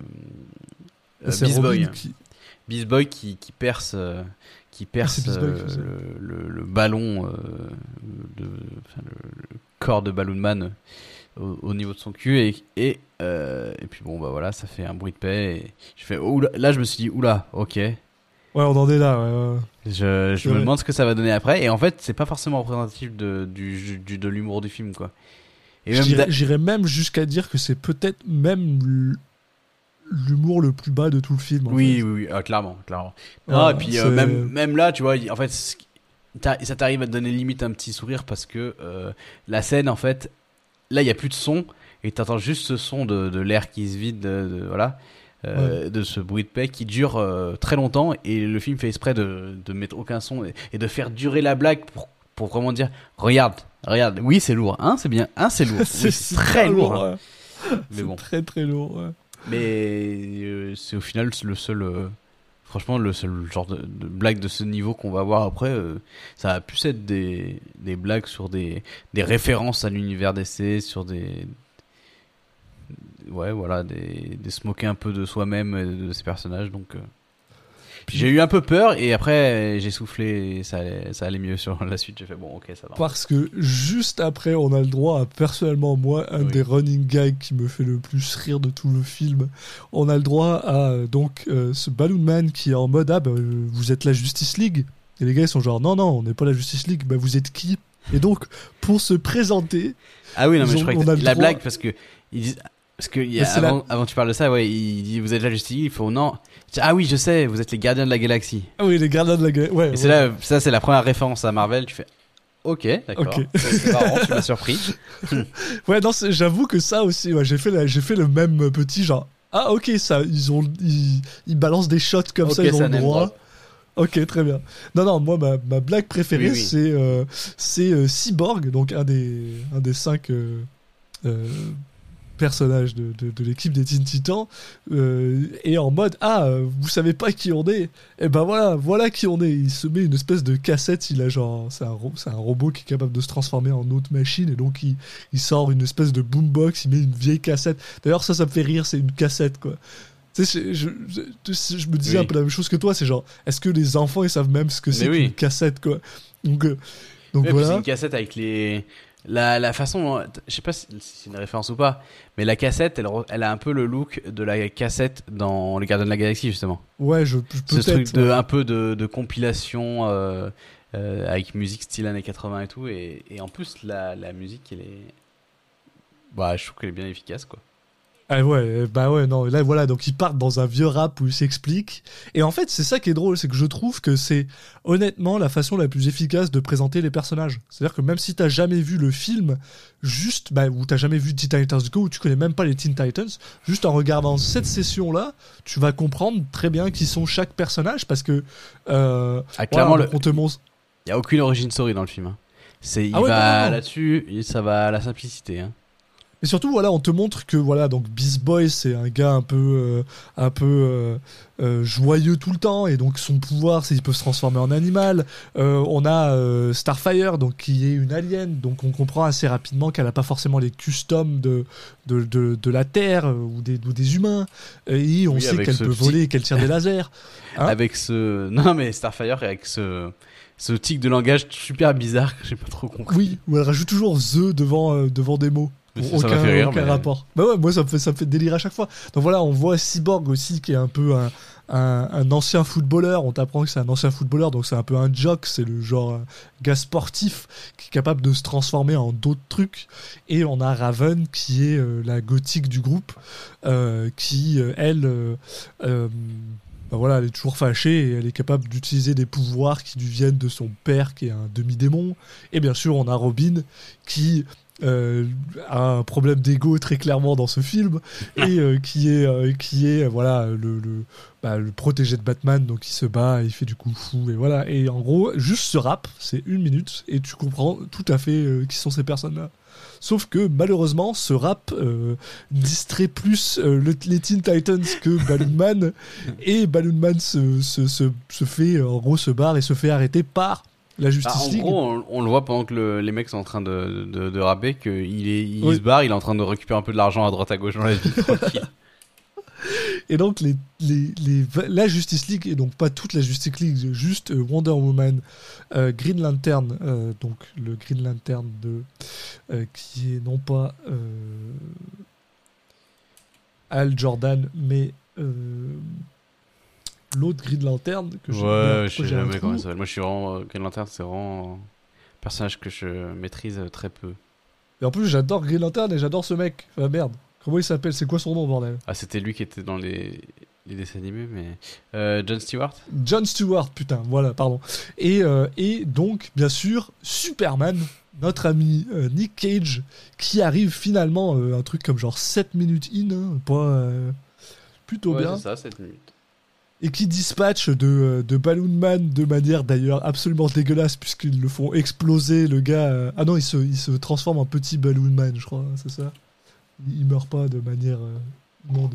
euh, C'est Beast Robin Boy. qui- Beast Boy qui, qui perce, euh, qui perce c'est Beast Boy qui euh, fait ça. le, le, le ballon, euh, de, enfin, le, le corps de Balloon Man au, au niveau de son cul et et, euh, et puis bon bah voilà, ça fait un bruit de paix. Et je fais oula, là je me suis dit oula, ok. Ouais, on en est là. Ouais, ouais. Je, je Ouais. me demande ce que ça va donner après. Et en fait, c'est pas forcément représentatif de, du, du, de l'humour du film, quoi. Et même J'irais da- j'irais même jusqu'à dire que c'est peut-être même l- l'humour le plus bas de tout le film. en oui, fait. oui, oui, ah, clairement, clairement. Ouais, Non, et puis euh, c'est- même, même là, tu vois, il- en fait, ce qui- t'as- ça t'arrive à te donner limite un petit sourire parce que euh, la scène, en fait, là, il y a plus de son et t'entends juste ce son de, de l'air qui se vide, de, de- voilà, euh, de ce bruit de paix qui dure euh, très longtemps et le film fait exprès de, de mettre aucun son et, et de faire durer la blague pour, pour vraiment dire, regarde, regarde, oui, c'est lourd, hein, c'est bien, hein, c'est lourd, oui, c'est très super lourd, hein. ouais. Mais C'est bon. très très lourd. Ouais. Mais euh, c'est au final le seul, euh, franchement, le seul genre de, de blague de ce niveau qu'on va voir après. Euh, ça va plus être des, des blagues sur des, des références à l'univers D C, sur des. Ouais, voilà, des, des se moquer un peu de soi-même et de ses personnages. Donc, euh. Puis j'ai eu un peu peur et après j'ai soufflé et ça allait, ça allait mieux sur la suite. J'ai fait bon, ok, ça va. Parce que juste après, on a le droit à, personnellement, moi, un Oui. des running gags qui me fait le plus rire de tout le film. On a le droit à euh, donc euh, ce Balloon Man qui est en mode ah bah, euh, vous êtes la Justice League. Et les gars ils sont genre non non on n'est pas la Justice League. Bah vous êtes qui? Et donc pour se présenter, Ah oui, non, mais Ils je ont- crois on que a le la droit- blague, parce que ils disent. Parce que il y a- Mais c'est la- avant, avant que tu parles de ça, ouais, il dit vous êtes la Justice League, il faut non. Ah oui, je sais, vous êtes les gardiens de la galaxie. ah oui les gardiens de la gueule. Ouais. Et c'est ouais. là, ça c'est la première référence à Marvel. Tu fais, ok, d'accord. Ok. C'est c'est marrant, tu m'as surpris. Ouais, non, c'est- j'avoue que ça aussi, ouais, j'ai fait, la- j'ai fait le même petit genre. Ah, ok, ça, ils ont, ils, ils balancent des shots comme Ok, ça, ils ont ça le name droit. drop. Ok, très bien. Non, non, moi, ma, ma blague préférée, Oui, oui. c'est, euh, c'est euh, Cyborg, donc un des, un des cinq euh, euh, personnages de, de, de l'équipe des Teen Titans, euh, et en mode ah, euh, vous savez pas qui on est? Et ben voilà, voilà qui on est. Il se met une espèce de cassette, il a genre, c'est un, ro- c'est un robot qui est capable de se transformer en autre machine, et donc il, il sort une espèce de boombox, il met une vieille cassette. D'ailleurs, ça, ça me fait rire, c'est une cassette quoi. Tu sais, je, je, je- je me disais Oui. un peu la même chose que toi, c'est genre, est-ce que les enfants ils savent même ce que c'est Mais qu'une oui. cassette quoi? Donc, euh, donc Ouais, puis c'est voilà. une cassette avec les. La, la façon, je sais pas si si c'est une référence ou pas, mais la cassette, elle, re- elle a un peu le look de la cassette dans Les Gardiens de la Galaxie, justement. Ouais, je, je Ce peut-être. truc de, ouais. un peu de, de compilation euh, euh, avec musique style années quatre-vingts et tout. Et, et en plus, la, la musique, elle est. Bah, je trouve qu'elle est bien efficace, quoi. Ah ouais, bah ouais, non, là voilà, donc ils partent dans un vieux rap où ils s'expliquent. Et en fait, c'est ça qui est drôle, c'est que je trouve que c'est honnêtement la façon la plus efficace de présenter les personnages. C'est-à-dire que même si t'as jamais vu le film, juste, bah, ou t'as jamais vu Teen Titans Go, ou tu connais même pas les Teen Titans, juste en regardant cette session-là, tu vas comprendre très bien qui sont chaque personnage parce que. Euh, Ah, clairement, voilà, le- on te montre. il y a aucune origin story dans le film. hein. C'est, il Ah ouais, va non, non, non. là-dessus, et ça va à la simplicité. Hein. Et surtout, voilà, on te montre que voilà, donc Beast Boy, c'est un gars un peu, euh, un peu euh, euh, joyeux tout le temps, et donc son pouvoir, c'est qu'il peut se transformer en animal. Euh, on a euh, Starfire, donc qui est une alien, donc on comprend assez rapidement qu'elle n'a pas forcément les customs de de, de, de la Terre euh, ou des ou des humains. Et on Oui, sait avec qu'elle ce peut petit- voler, et qu'elle tire des lasers. Hein Avec ce. Non, mais Starfire, avec ce. Ce tic de langage super bizarre que j'ai pas trop compris. Oui, où elle rajoute toujours the devant euh, devant des mots. Mais Pour ça, ça aucun, m'a fait rire, aucun mais- rapport. Bah ouais, moi ça me fait ça me fait délire à chaque fois. Donc voilà, on voit Cyborg aussi qui est un peu un, un, un ancien footballeur. On t'apprend que c'est un ancien footballeur, donc c'est un peu un jock, c'est le genre euh, gars sportif qui est capable de se transformer en d'autres trucs. Et on a Raven qui est euh, la gothique du groupe, euh, qui euh, elle, euh, euh, bah voilà, elle est toujours fâchée et elle est capable d'utiliser des pouvoirs qui lui viennent de son père qui est un demi-démon. Et bien sûr, on a Robin qui euh, a un problème d'ego très clairement dans ce film et euh, qui est euh, qui est euh, voilà le le, bah, le protégé de Batman, donc il se bat, il fait du kung-fu et voilà, et en gros juste ce rap c'est une minute et tu comprends tout à fait euh, qui sont ces personnes là. Sauf que malheureusement ce rap euh, distrait plus euh, le, les Teen Titans que Balloon Man et Balloon Man se, se, se, se fait en gros se barre et se fait arrêter par la Justice Bah, en League. gros, on, on le voit pendant que le, les mecs sont en train de, de, de rapper, qu'il est, il Oui. se barre, il est en train de récupérer un peu de l'argent à droite à gauche dans la vie, tranquille. Et donc les, les, les, la Justice League, et donc pas toute la Justice League, juste euh, Wonder Woman, euh, Green Lantern, euh, donc le Green Lantern de, euh, qui est non pas euh, Hal Jordan, mais euh, l'autre Green Lantern que je Ouais, je pourquoi sais j'ai un jamais trou. comment ça s'appelle. Moi, je suis vraiment. euh, Green Lantern, c'est vraiment un personnage que je maîtrise euh, très peu. Et en plus j'adore Green Lantern et j'adore ce mec. Enfin merde, comment il s'appelle? C'est quoi son nom, bordel? Ah, c'était lui qui était dans les, les dessins animés, mais. Euh, John Stewart. John Stewart, putain, voilà, pardon. Et, euh, et donc, bien sûr, Superman, notre ami euh, Nick Cage, qui arrive finalement euh, un truc comme genre sept minutes in, hein, pas euh, plutôt Ouais, bien, c'est ça, cette minute. et qui dispatche de, euh, de Balloon Man de manière d'ailleurs absolument dégueulasse, puisqu'ils le font exploser, le gars. euh, Ah non, il se, il se transforme en petit Balloon Man, je crois, hein, c'est ça. Il, il meurt pas de manière euh, immonde.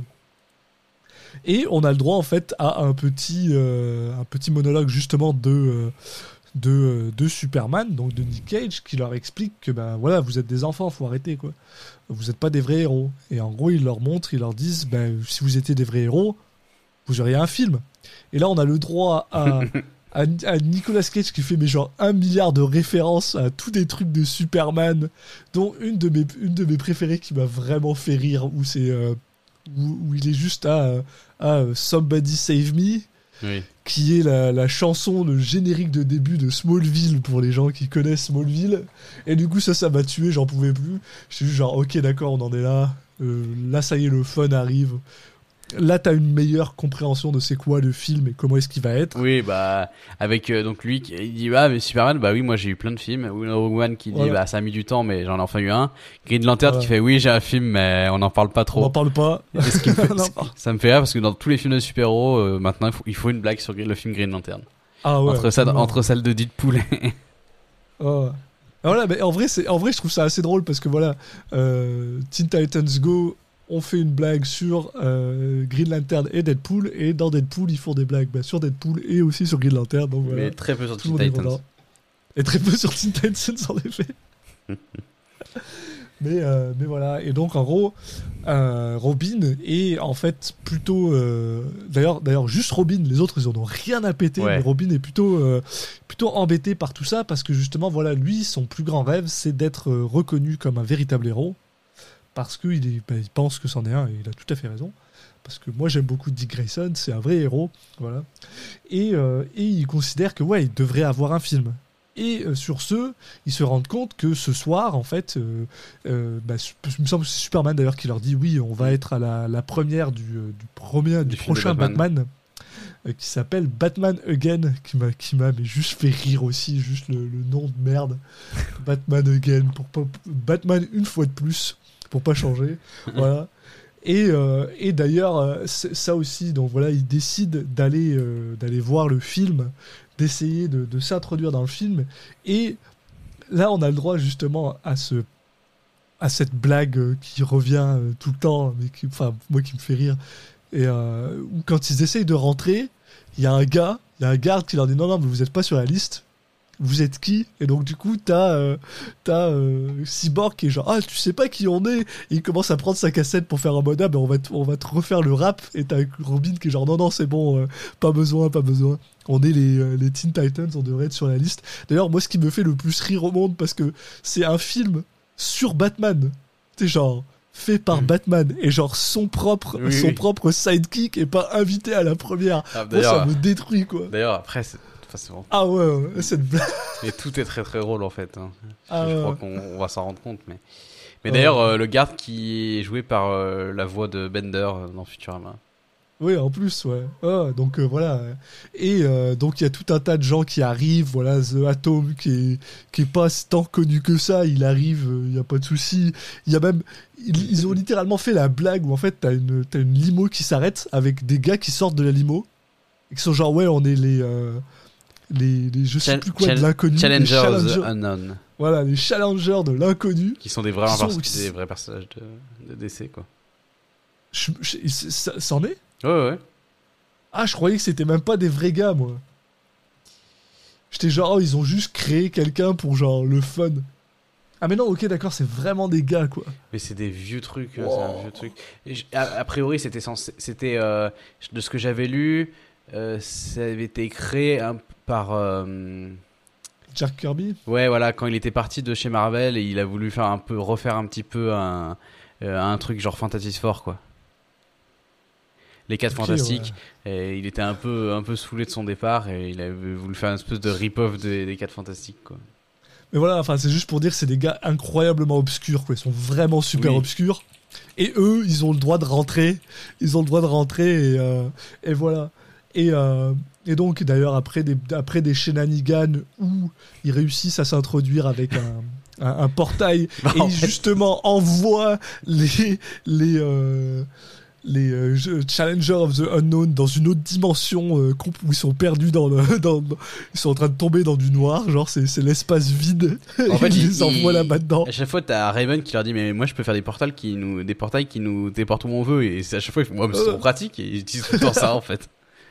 Et on a le droit en fait à un petit, euh, un petit monologue justement de, euh, de, euh, de Superman, donc de Nick Cage, qui leur explique que ben voilà, vous êtes des enfants, faut arrêter quoi. Vous n'êtes pas des vrais héros. Et en gros, ils leur montrent, ils leur disent, ben si vous étiez des vrais héros, vous auriez un film. Et là, on a le droit à, à, à Nicolas Cage qui fait mais genre un milliard de références à tous des trucs de Superman, dont une de mes, une de mes préférées qui m'a vraiment fait rire, où c'est euh, où, où il est juste à, à Somebody Save Me, Oui. qui est la, la chanson, le générique de début de Smallville pour les gens qui connaissent Smallville. Et du coup, ça, ça m'a tué, j'en pouvais plus. J'étais juste genre, ok, d'accord, on en est là. Euh, là, ça y est, le fun arrive. Là, t'as une meilleure compréhension de c'est quoi le film et comment est-ce qu'il va être. Oui, bah, avec euh, donc lui, qui- il dit, ah, mais Superman, bah oui, moi j'ai eu plein de films. Wonder Woman qui dit, Voilà. bah ça a mis du temps, mais j'en ai enfin eu un. Green Lantern Voilà. qui fait, oui, j'ai un film, mais on n'en parle pas On trop. n'en parle pas. Et ce qui me fait- On en parle. ça me fait rire parce que dans tous les films de super-héros, euh, maintenant, il faut, il faut une blague sur le film Green Lantern. Ah ouais. entre, ça, absolument. entre celle de Deadpool et... Ah ouais. Ah voilà, mais en vrai, c'est, en vrai, je trouve ça assez drôle parce que voilà, euh, Teen Titans Go, on fait une blague sur euh, Green Lantern et Deadpool, et dans Deadpool, ils font des blagues bah, sur Deadpool et aussi sur Green Lantern. Donc voilà. mais très peu sur Tout le Teen monde est Titans. content. Et très peu sur Teen Titans, en effet. mais, euh, mais voilà, et donc en gros, euh, Robin est en fait plutôt. euh, d'ailleurs, d'ailleurs, juste Robin, les autres ils en ont rien à péter, Ouais. mais Robin est plutôt, euh, plutôt embêté par tout ça parce que justement, voilà, lui, son plus grand rêve c'est d'être euh, reconnu comme un véritable héros parce qu'il est, bah, il pense que c'en est un et il a tout à fait raison. Parce que moi j'aime beaucoup Dick Grayson, c'est un vrai héros, voilà. Et, euh, et il considère que ouais, il devrait avoir un film. Et euh, sur ce, ils se rendent compte que ce soir, en fait, euh, euh, bah, il me semble que c'est Superman d'ailleurs qui leur dit oui, on va être à la, la première du, euh, du, premier, du, Du film de prochain Batman. Batman, euh, qui s'appelle Batman Again, qui m'a, qui m'a mais juste fait rire aussi, juste le, le nom de merde. Batman Again, pour pas, Batman une fois de plus, pour pas changer. Voilà. Et, euh, et d'ailleurs, euh, c'est- ça aussi, donc voilà, ils décident d'aller euh, d'aller voir le film, d'essayer de, de s'introduire dans le film. Et là, on a le droit justement à ce à cette blague euh, qui revient euh, tout le temps, mais qui, enfin moi qui me fait rire. Et euh, où quand ils essayent de rentrer, il y a un gars, il y a un garde qui leur dit non non, mais vous êtes pas sur la liste. Vous êtes qui? Et donc du coup t'as euh, t'as euh, Cyborg qui est genre ah tu sais pas qui on est, et il commence à prendre sa cassette pour faire un mode ah ben on va te, on va te refaire le rap, et t'as Robin qui est genre non non c'est bon, euh, pas besoin pas besoin, on est les, euh, les Teen Titans, on devrait être sur la liste. D'ailleurs moi ce qui me fait le plus rire au monde, parce que c'est un film sur Batman, c'est genre fait par Mm. Batman et genre son propre Oui, son oui. propre sidekick est pas invité à la première. Ah, Moi, d'ailleurs, ça me détruit quoi. d'ailleurs, après, c'est... enfin, c'est vraiment- Ah ouais, ouais, cette blague. mais tout est très très drôle en fait. hein. Ah je ouais. crois qu'on on va s'en rendre compte. Mais, mais Ouais. d'ailleurs, euh, le garde qui est joué par euh, la voix de Bender euh, dans Futurama. Oui, en plus, ouais. Ah, donc euh, voilà. Et euh, donc il y a tout un tas de gens qui arrivent. Voilà, The Atom qui est qui est pas tant connu que ça. Il arrive, il euh, y a pas de souci. Il y a même, ils, ils ont littéralement fait la blague où en fait t'as une t'as une limo qui s'arrête avec des gars qui sortent de la limo et qui sont genre ouais, on est les euh, les, les je sais Chal- plus quoi chal- de l'inconnu. Challenger les of the challengers- Unknown. Voilà, les challengers de l'inconnu. Qui sont des vrais, Qui sont- pers- qui- des vrais personnages de, de D C, quoi. Je- je- ça, ça en est? Ouais, ouais, ouais. Ah, je croyais que c'était même pas des vrais gars, moi. J'étais genre, oh, ils ont juste créé quelqu'un pour genre le fun. Ah, mais non, ok, d'accord, c'est vraiment des gars, quoi. Mais c'est des vieux trucs. euh, Wow. C'est un vieux truc. Et je- a, a priori, c'était censé. C'était. euh, de ce que j'avais lu, euh, ça avait été créé un- par. euh, Jack Kirby? Ouais, voilà, quand il était parti de chez Marvel et il a voulu faire un peu. Refaire un petit peu un, euh, un truc genre Fantastic Four, quoi. Les quatre Ok, Fantastiques. Et il était un peu, un peu saoulé de son départ et il avait voulu faire une espèce de rip-off des, des quatre Fantastiques, quoi. Mais voilà, enfin, c'est juste pour dire que c'est des gars incroyablement obscurs, quoi. Ils sont vraiment super Oui. obscurs. Et eux, ils ont le droit de rentrer. Ils ont le droit de rentrer et, euh, et voilà. Et, euh, et donc, d'ailleurs, après des, après des shenanigans où ils réussissent à s'introduire avec un, un, un portail Bah, et en ils, fait- justement envoient les, les, euh, les euh, jeux- Challengers of the Unknown dans une autre dimension euh, comp- où ils sont perdus dans le. Dans, dans- ils sont en train de tomber dans du noir, genre c'est, c'est l'espace vide. En fait, ils il- les envoient il- là-bas dedans. À chaque fois, t'as Raven qui leur dit mais moi je peux faire des portails qui nous des portails qui nous déportent où on veut et c'est à chaque fois ils font moi mais c'est trop pratique et ils disent tout le temps ça en fait.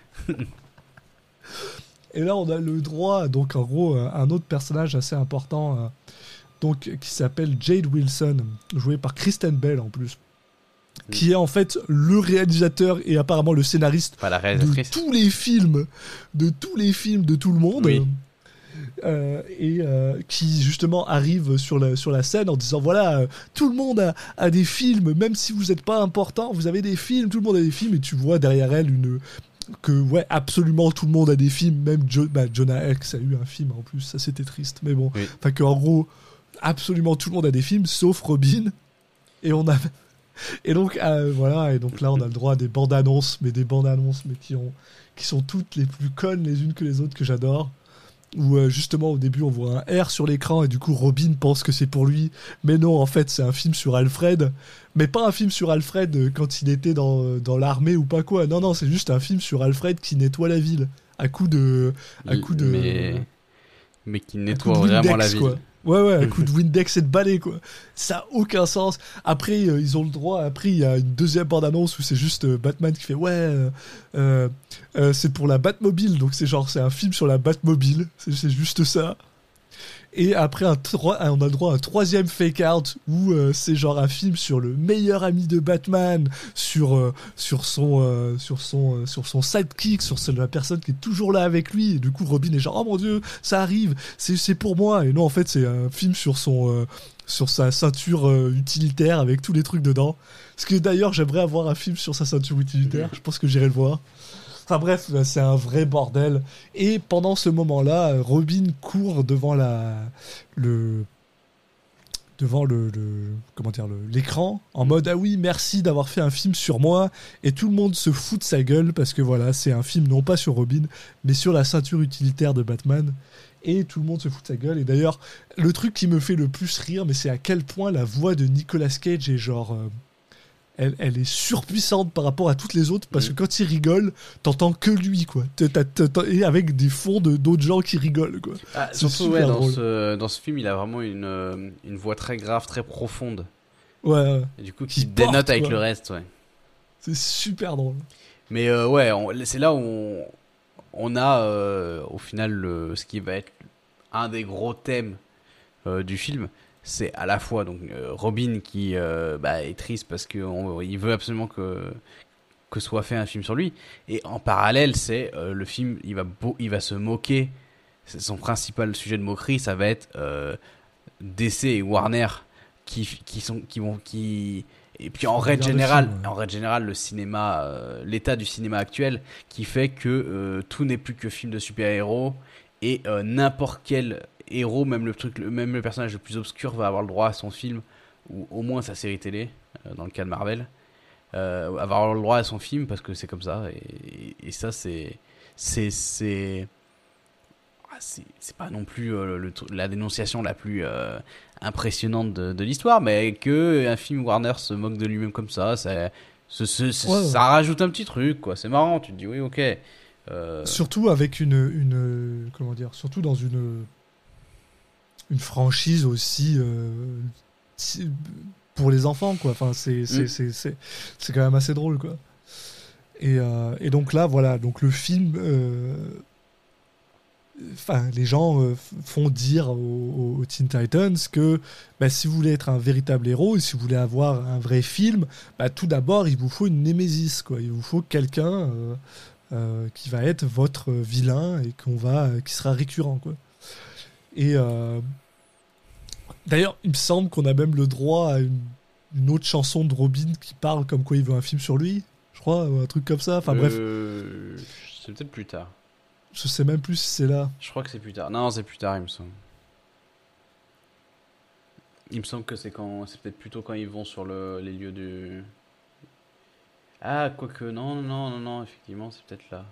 Et là, on a le droit, donc en gros, euh, un autre personnage assez important, euh, donc qui s'appelle Jade Wilson, joué par Kristen Bell en plus, qui est en fait le réalisateur et apparemment le scénariste Pas la de réalisatrice. tous les films, de tous les films de tout le monde. Oui. Euh, et euh, qui justement arrive sur la, sur la scène en disant voilà, euh, tout le monde a, a des films, même si vous n'êtes pas important, vous avez des films, tout le monde a des films, et tu vois derrière elle une que ouais, absolument tout le monde a des films, même Jo- bah, Jonah Hex a eu un film en plus, ça c'était triste, mais bon, Oui. enfin que en gros absolument tout le monde a des films sauf Robin, et on a et donc euh, voilà, et donc là on a le droit à des bandes annonces, mais des bandes annonces mais qui ont qui sont toutes les plus connes les unes que les autres, que j'adore, où euh, justement au début on voit un R sur l'écran et du coup Robin pense que c'est pour lui, mais non, en fait c'est un film sur Alfred, mais pas un film sur Alfred euh, quand il était dans, dans l'armée ou pas quoi, non non, c'est juste un film sur Alfred qui nettoie la ville à coup de à coup de mais mais qui à coup nettoie de vraiment Windex, la ville. quoi. Ouais, ouais, à coup de Windex et de balai, quoi. Ça a aucun sens. Après, euh, ils ont le droit. Après, il y a une deuxième bande-annonce où c'est juste euh, Batman qui fait ouais, euh, euh, euh, c'est pour la Batmobile. Donc, c'est genre, c'est un film sur la Batmobile. C'est, c'est juste ça. Et après, un tro- on a le droit à un troisième fake-out où euh, c'est genre un film sur le meilleur ami de Batman, sur, euh, sur, son, euh, sur, son, euh, sur son sidekick, sur la personne qui est toujours là avec lui. Et du coup, Robin est genre, oh mon dieu, ça arrive, c'est, c'est pour moi. Et non, en fait, c'est un film sur, son, euh, sur sa ceinture euh, utilitaire avec tous les trucs dedans. Parce que d'ailleurs, j'aimerais avoir un film sur sa ceinture utilitaire. Je pense que j'irai le voir. Enfin bref, c'est un vrai bordel. Et pendant ce moment-là, Robin court devant la, le, devant le, le comment dire, le- l'écran, en mode ah oui, merci d'avoir fait un film sur moi. Et tout le monde se fout de sa gueule parce que voilà, c'est un film non pas sur Robin, mais sur la ceinture utilitaire de Batman. Et tout le monde se fout de sa gueule. Et d'ailleurs, le truc qui me fait le plus rire, mais c'est à quel point la voix de Nicolas Cage est genre euh, Elle, elle est surpuissante par rapport à toutes les autres, parce que quand il rigole, t'entends que lui, quoi. T'as- t'as- t'as- et avec des fonds de, d'autres gens qui rigolent, quoi. Ah, C'est surtout, super ouais, dans, drôle. ce, dans ce film, il a vraiment une, euh, une voix très grave, très profonde. Ouais, ouais. Et du coup, Qui qui dénote porte, avec quoi. le reste, ouais. C'est super drôle. Mais euh, ouais, on- c'est là où on, on a euh, au final le, ce qui va être un des gros thèmes euh, du film. C'est à la fois donc euh, Robin qui euh, bah, est triste parce qu'il veut absolument que que soit fait un film sur lui, et en parallèle c'est euh, le film il va beau, il va se moquer, c'est son principal sujet de moquerie, ça va être euh, D C et Warner qui qui sont qui vont qui et puis en règle Regarde le générale film, ouais. en règle générale le cinéma euh, l'état du cinéma actuel qui fait que euh, tout n'est plus que film de super-héros, et euh, n'importe quel héros, même le truc, le- même le personnage le plus obscur va avoir le droit à son film ou au moins sa série télé, euh, dans le cas de Marvel. euh, avoir le droit à son film parce que c'est comme ça. Et, et ça, c'est. C'est. C'est, c'est, c'est pas non plus euh, le, la dénonciation la plus euh, impressionnante de, de l'histoire, mais qu'un film Warner se moque de lui-même comme ça, ça, ça, ça, ça, Ouais, ouais. ça rajoute un petit truc, quoi. C'est marrant, tu te dis oui, ok. Euh... Surtout avec une, une. Comment dire Surtout dans une. Une franchise aussi. Euh, pour les enfants, quoi. Enfin, c'est, c'est, Mm. c'est, c'est, c'est quand même assez drôle, quoi. Et, euh, et donc là, voilà. Donc le film. Euh, Enfin, les gens euh, font dire aux, aux Teen Titans que bah, si vous voulez être un véritable héros et si vous voulez avoir un vrai film, bah, tout d'abord, il vous faut une némésis, quoi. Il vous faut quelqu'un euh, euh, qui va être votre vilain et qu'on va, euh, qui sera récurrent, quoi. Et euh, d'ailleurs, il me semble qu'on a même le droit à une, une autre chanson de Robin qui parle comme quoi il veut un film sur lui, je crois, ou un truc comme ça. Enfin bref, Euh, c'est peut-être plus tard. je sais même plus si c'est là. Je crois que c'est plus tard. Non, c'est plus tard, il me semble. Il me semble que c'est quand, c'est peut-être plutôt quand ils vont sur le, les lieux du. Ah, quoique, non, non, non, non, effectivement, c'est peut-être là.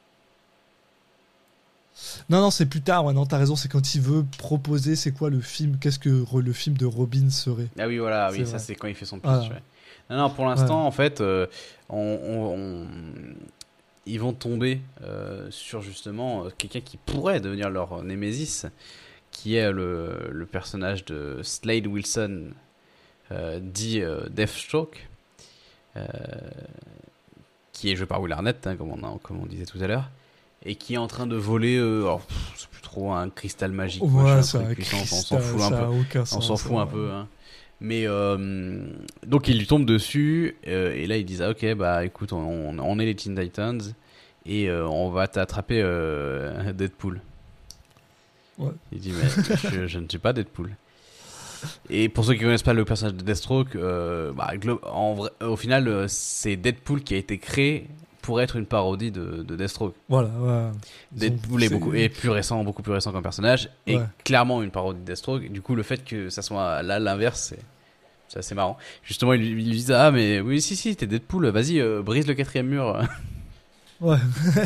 Non, non, c'est plus tard. Ouais, non, t'as raison. C'est quand il veut proposer, c'est quoi le film, qu'est-ce que re- le film de Robin serait. Ah oui, voilà, oui, C'est ça vrai. c'est quand il fait son pitch. Voilà. Ouais. Non, non, pour l'instant, Ouais. en fait, euh, on, on- on- ils vont tomber euh, sur justement euh, quelqu'un qui pourrait devenir leur euh, némésis, qui est le, le personnage de Slade Wilson, euh, dit euh, Deathstroke, euh, qui est joué par Will Arnett, hein, comme, on a- comme on disait tout à l'heure, et qui est en train de voler, euh, alors, pff, c'est plus trop un cristal magique, Ouais, machin, ça, truc a puissant, on s'en cristal, fout un ça peu. a aucun On sens, s'en fout un ouais. peu, hein. Mais euh, donc il lui tombe dessus euh, et là ils disent ah, ok bah écoute on, on est les Teen Titans et euh, on va t'attraper euh, Deadpool. Ouais. Il dit mais je, je ne suis pas Deadpool. Et pour ceux qui connaissent pas le personnage de Deathstroke, euh, bah, glo- en vrai, au final euh, c'est Deadpool qui a été créé pour être une parodie de, de Deathstroke. Voilà, ouais. Ils ont- Deadpool est c'est- beaucoup est plus récent, beaucoup plus récent comme personnage, et Ouais. clairement une parodie de Deathstroke. Du coup, le fait que ça soit là l'inverse, c'est, c'est assez marrant. Justement, ils lui, ils lui disent ah mais oui si si t'es Deadpool, vas-y euh, brise le quatrième mur. Ouais.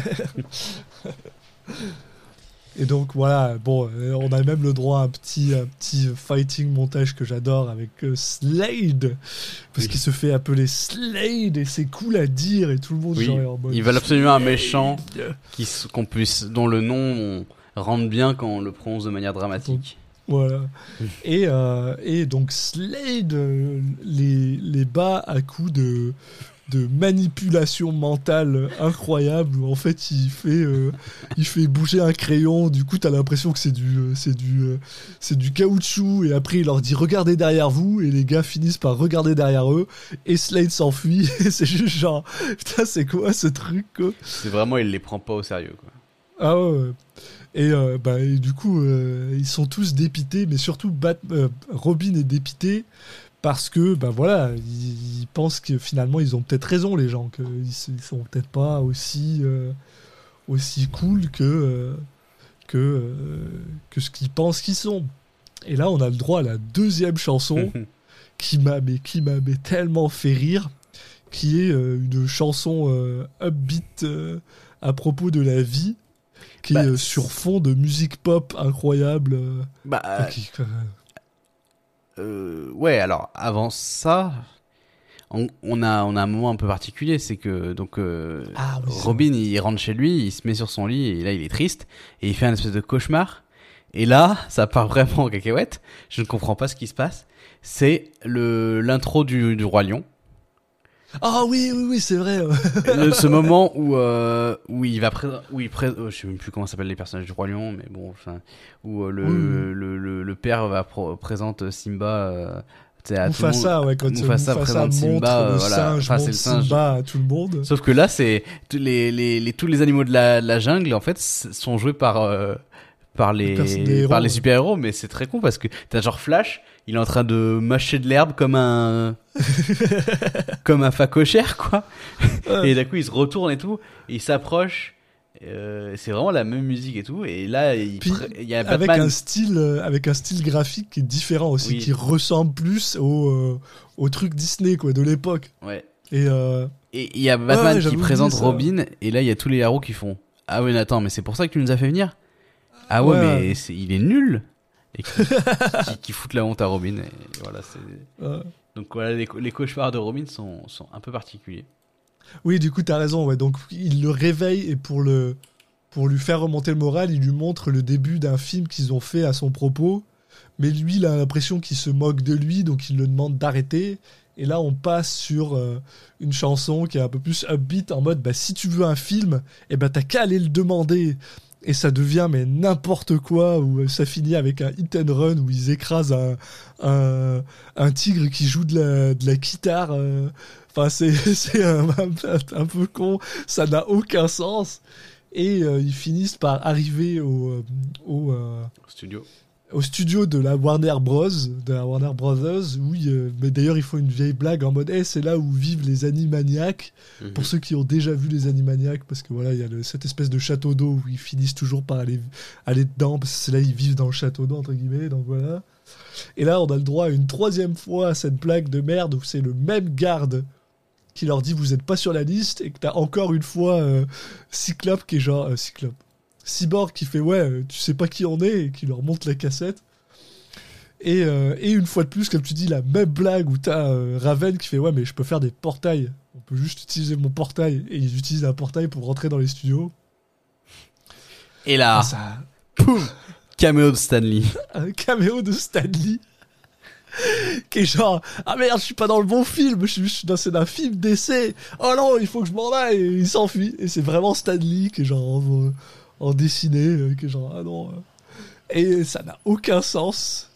Et donc voilà, bon, euh, on a même le droit à un petit, un petit fighting montage que j'adore avec euh, Slade, parce Oui. qu'il se fait appeler Slade et c'est cool à dire et tout le monde Oui, genre est en mode ils veulent absolument un méchant Slade. qui s- qu'on puisse dont le nom on rentre bien quand on le prononce de manière dramatique. Voilà. Et, euh, et donc Slade euh, les, les bat à coups de, de manipulation mentale incroyable où en fait il fait, euh, il fait bouger un crayon, du coup t'as l'impression que c'est du, euh, c'est du, euh, c'est du caoutchouc et après il leur dit regardez derrière vous et les gars finissent par regarder derrière eux et Slade s'enfuit et c'est juste genre putain c'est quoi ce truc quoi. C'est vraiment il les prend pas au sérieux quoi. Ah ouais, ouais. Et, euh, bah, et du coup, euh, ils sont tous dépités, mais surtout Bat- euh, Robin est dépité parce que, bah voilà, ils, ils pensent que finalement ils ont peut-être raison, les gens, qu'ils ils sont peut-être pas aussi, euh, aussi cool que, euh, que, euh, que ce qu'ils pensent qu'ils sont. Et là, on a le droit à la deuxième chanson qui m'a mais, qui m'a mais tellement fait rire, qui est euh, une chanson euh, upbeat euh, à propos de la vie, qui Bah, est euh, sur fond de musique pop incroyable. euh, Bah enfin, qui- euh, euh, ouais alors avant ça. On, on a on a un moment un peu particulier, c'est que donc euh, Ah oui, c'est Robin il rentre chez lui, il se met sur son lit et là il est triste et il fait un espèce de cauchemar et là ça part vraiment en cacahuète. Je ne comprends pas ce qui se passe. C'est le l'intro du, du Roi Lion. Ah oui, oui, oui, c'est vrai. ouais. Le- ce moment où euh, où il va pré- où il pré- euh, je sais même plus comment s'appellent les personnages du Roi Lion, mais bon enfin où euh, le, Oui, oui. le, le le père va pro- présente Simba euh, tu sais, à tout le monde. Mufasa, ouais, quand Mufasa Mufasa, présente montre Simba, le euh, voilà. singe, Enfin, c'est montre le singe. Simba à tout le monde. Sauf que là, c'est tous les, les, les, tous les animaux de la, de la jungle, en fait, s- sont joués par, euh, par les, perso- des héros, par les ouais. super-héros, mais c'est très con parce que t'as genre Flash, il est en train de mâcher de l'herbe comme un, comme un facochère, quoi. Ouais. Et d'un coup, il se retourne et tout, et il s'approche, euh, c'est vraiment la même musique et tout, et là, il, Puis, pr- il y a avec Batman. un style, euh, avec un style graphique qui est différent aussi, Oui. qui ressemble plus au, euh, au truc Disney quoi de l'époque. Ouais. Et euh... Et il y a Batman ouais, qui j'avais présente oublié ça. Robin, et là il y a tous les héros qui font ah ouais, mais attends, mais c'est pour ça que tu nous as fait venir. Ah ouais, Ouais. mais c'est, il est nul. Et qui, qui, qui foutent la honte à Robin. Et voilà, c'est... Ouais. Donc voilà, les, les cauchemars de Robin sont, sont un peu particuliers. Oui, du coup, t'as raison. Ouais. Donc, il le réveille et pour, le... pour lui faire remonter le moral, il lui montre le début d'un film qu'ils ont fait à son propos. Mais lui, il a l'impression qu'il se moque de lui, donc il le demande d'arrêter. Et là, on passe sur euh, une chanson qui est un peu plus upbeat, en mode bah, si tu veux un film, eh ben, t'as qu'à aller le demander. Et ça devient mais n'importe quoi, où ça finit avec un hit and run, où ils écrasent un, un, un tigre qui joue de la, de la guitare. euh. Enfin, c'est, c'est un, un, un peu con, ça n'a aucun sens. Et euh, ils finissent par arriver au... euh, au euh, Studio. au studio de la Warner Bros, de la Warner Brothers, oui, euh, mais d'ailleurs ils font une vieille blague en mode hey, c'est là où vivent les Animaniacs, Mm-hmm. pour ceux qui ont déjà vu les Animaniacs, parce que voilà, il y a le- cette espèce de château d'eau où ils finissent toujours par aller, aller dedans, parce que c'est là ils vivent dans le château d'eau, entre guillemets, donc voilà. Et là, on a le droit à une troisième fois à cette blague de merde où c'est le même garde qui leur dit vous êtes pas sur la liste, et que t'as encore une fois euh, Cyclope qui est genre... euh, Cyclope. Cyborg qui fait ouais, euh, tu sais pas qui on est, et qui leur montre la cassette. Et, euh, et une fois de plus, comme tu dis, la même blague où t'as euh, Raven qui fait ouais, mais je peux faire des portails. On peut juste utiliser mon portail. Et ils utilisent un portail pour rentrer dans les studios. Et là, Ah, ça, poum, caméo de Stanley. un caméo de Stanley qui est genre ah merde, je suis pas dans le bon film, je suis, je suis dans c'est un film d'essai. Oh non, il faut que je m'en aille. Et il s'enfuit. Et c'est vraiment Stanley qui est genre en, en dessiné, euh, qui est genre ah non. euh. Et ça n'a aucun sens.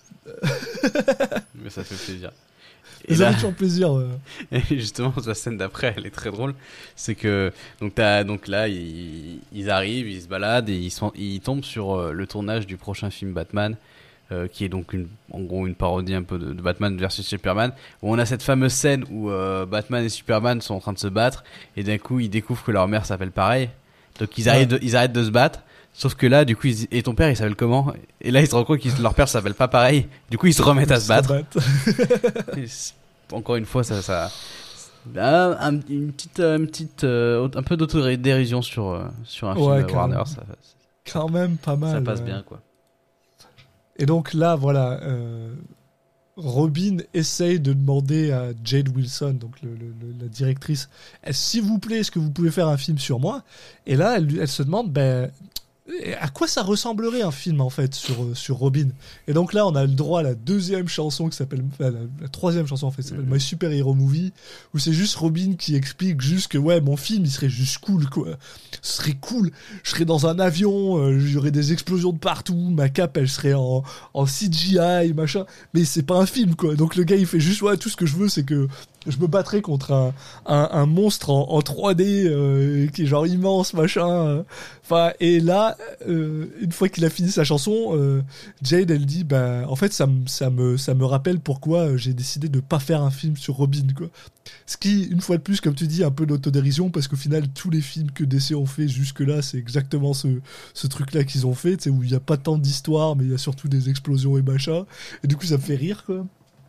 Mais ça fait plaisir. Et Ça là, fait toujours plaisir. euh. et justement, la scène d'après, elle est très drôle. C'est que donc t'as donc là, ils, ils arrivent, ils se baladent et ils, sont, ils tombent sur euh, le tournage du prochain film Batman, euh, qui est donc une, en gros une parodie un peu de, de Batman versus Superman, où on a cette fameuse scène où euh, Batman et Superman sont en train de se battre et d'un coup ils découvrent que leur mère s'appelle pareil. Donc ils arrêtent, Ouais. de, ils arrêtent de se battre. Sauf que là, du coup, ils, et ton père, il s'appelle comment? Et là, ils se rendent compte que leur père s'appelle pas pareil. Du coup, ils se remettent à se battre. Et c'est- encore une fois, ça, ça, un, un- une petite, euh, une petite, euh, un peu d'autodérision sur, euh, sur un film Ouais, euh, Warner, carrément. ça, Quand même pas mal. ça passe ouais. bien, quoi. Et donc là, voilà, euh, Robin essaye de demander à Jade Wilson, donc le- le- le- la directrice, Eh, s'il vous plaît, est-ce que vous pouvez faire un film sur moi? Et là, elle, lui- elle se demande, ben, à quoi ça ressemblerait un film en fait sur, euh, sur Robin? Et donc là, on a le droit à la deuxième chanson qui s'appelle, enfin, la, la troisième chanson en fait, qui s'appelle My Super Hero Movie, où c'est juste Robin qui explique juste que ouais, mon film, il serait juste cool quoi. Ce serait cool. Je serais dans un avion, euh, il y aurait des explosions de partout, ma cape, elle serait en, en C G I, machin. Mais c'est pas un film quoi. Donc le gars, il fait juste ouais, tout ce que je veux, c'est que je me battrais contre un, un, un monstre en, en trois D euh, qui est genre immense, machin. euh. Enfin, et là, euh, une fois qu'il a fini sa chanson, euh, Jade, elle dit, bah, en fait, ça, me- ça, me, ça me rappelle pourquoi euh, j'ai décidé de pas faire un film sur Robin, quoi. Ce qui, une fois de plus, comme tu dis, un peu d'autodérision, parce qu'au final, tous les films que D C ont fait jusque-là, c'est exactement ce, ce truc-là qu'ils ont fait, tu sais, où il n'y a pas tant d'histoire, mais il y a surtout des explosions et machin. Et du coup, ça me fait rire, quoi.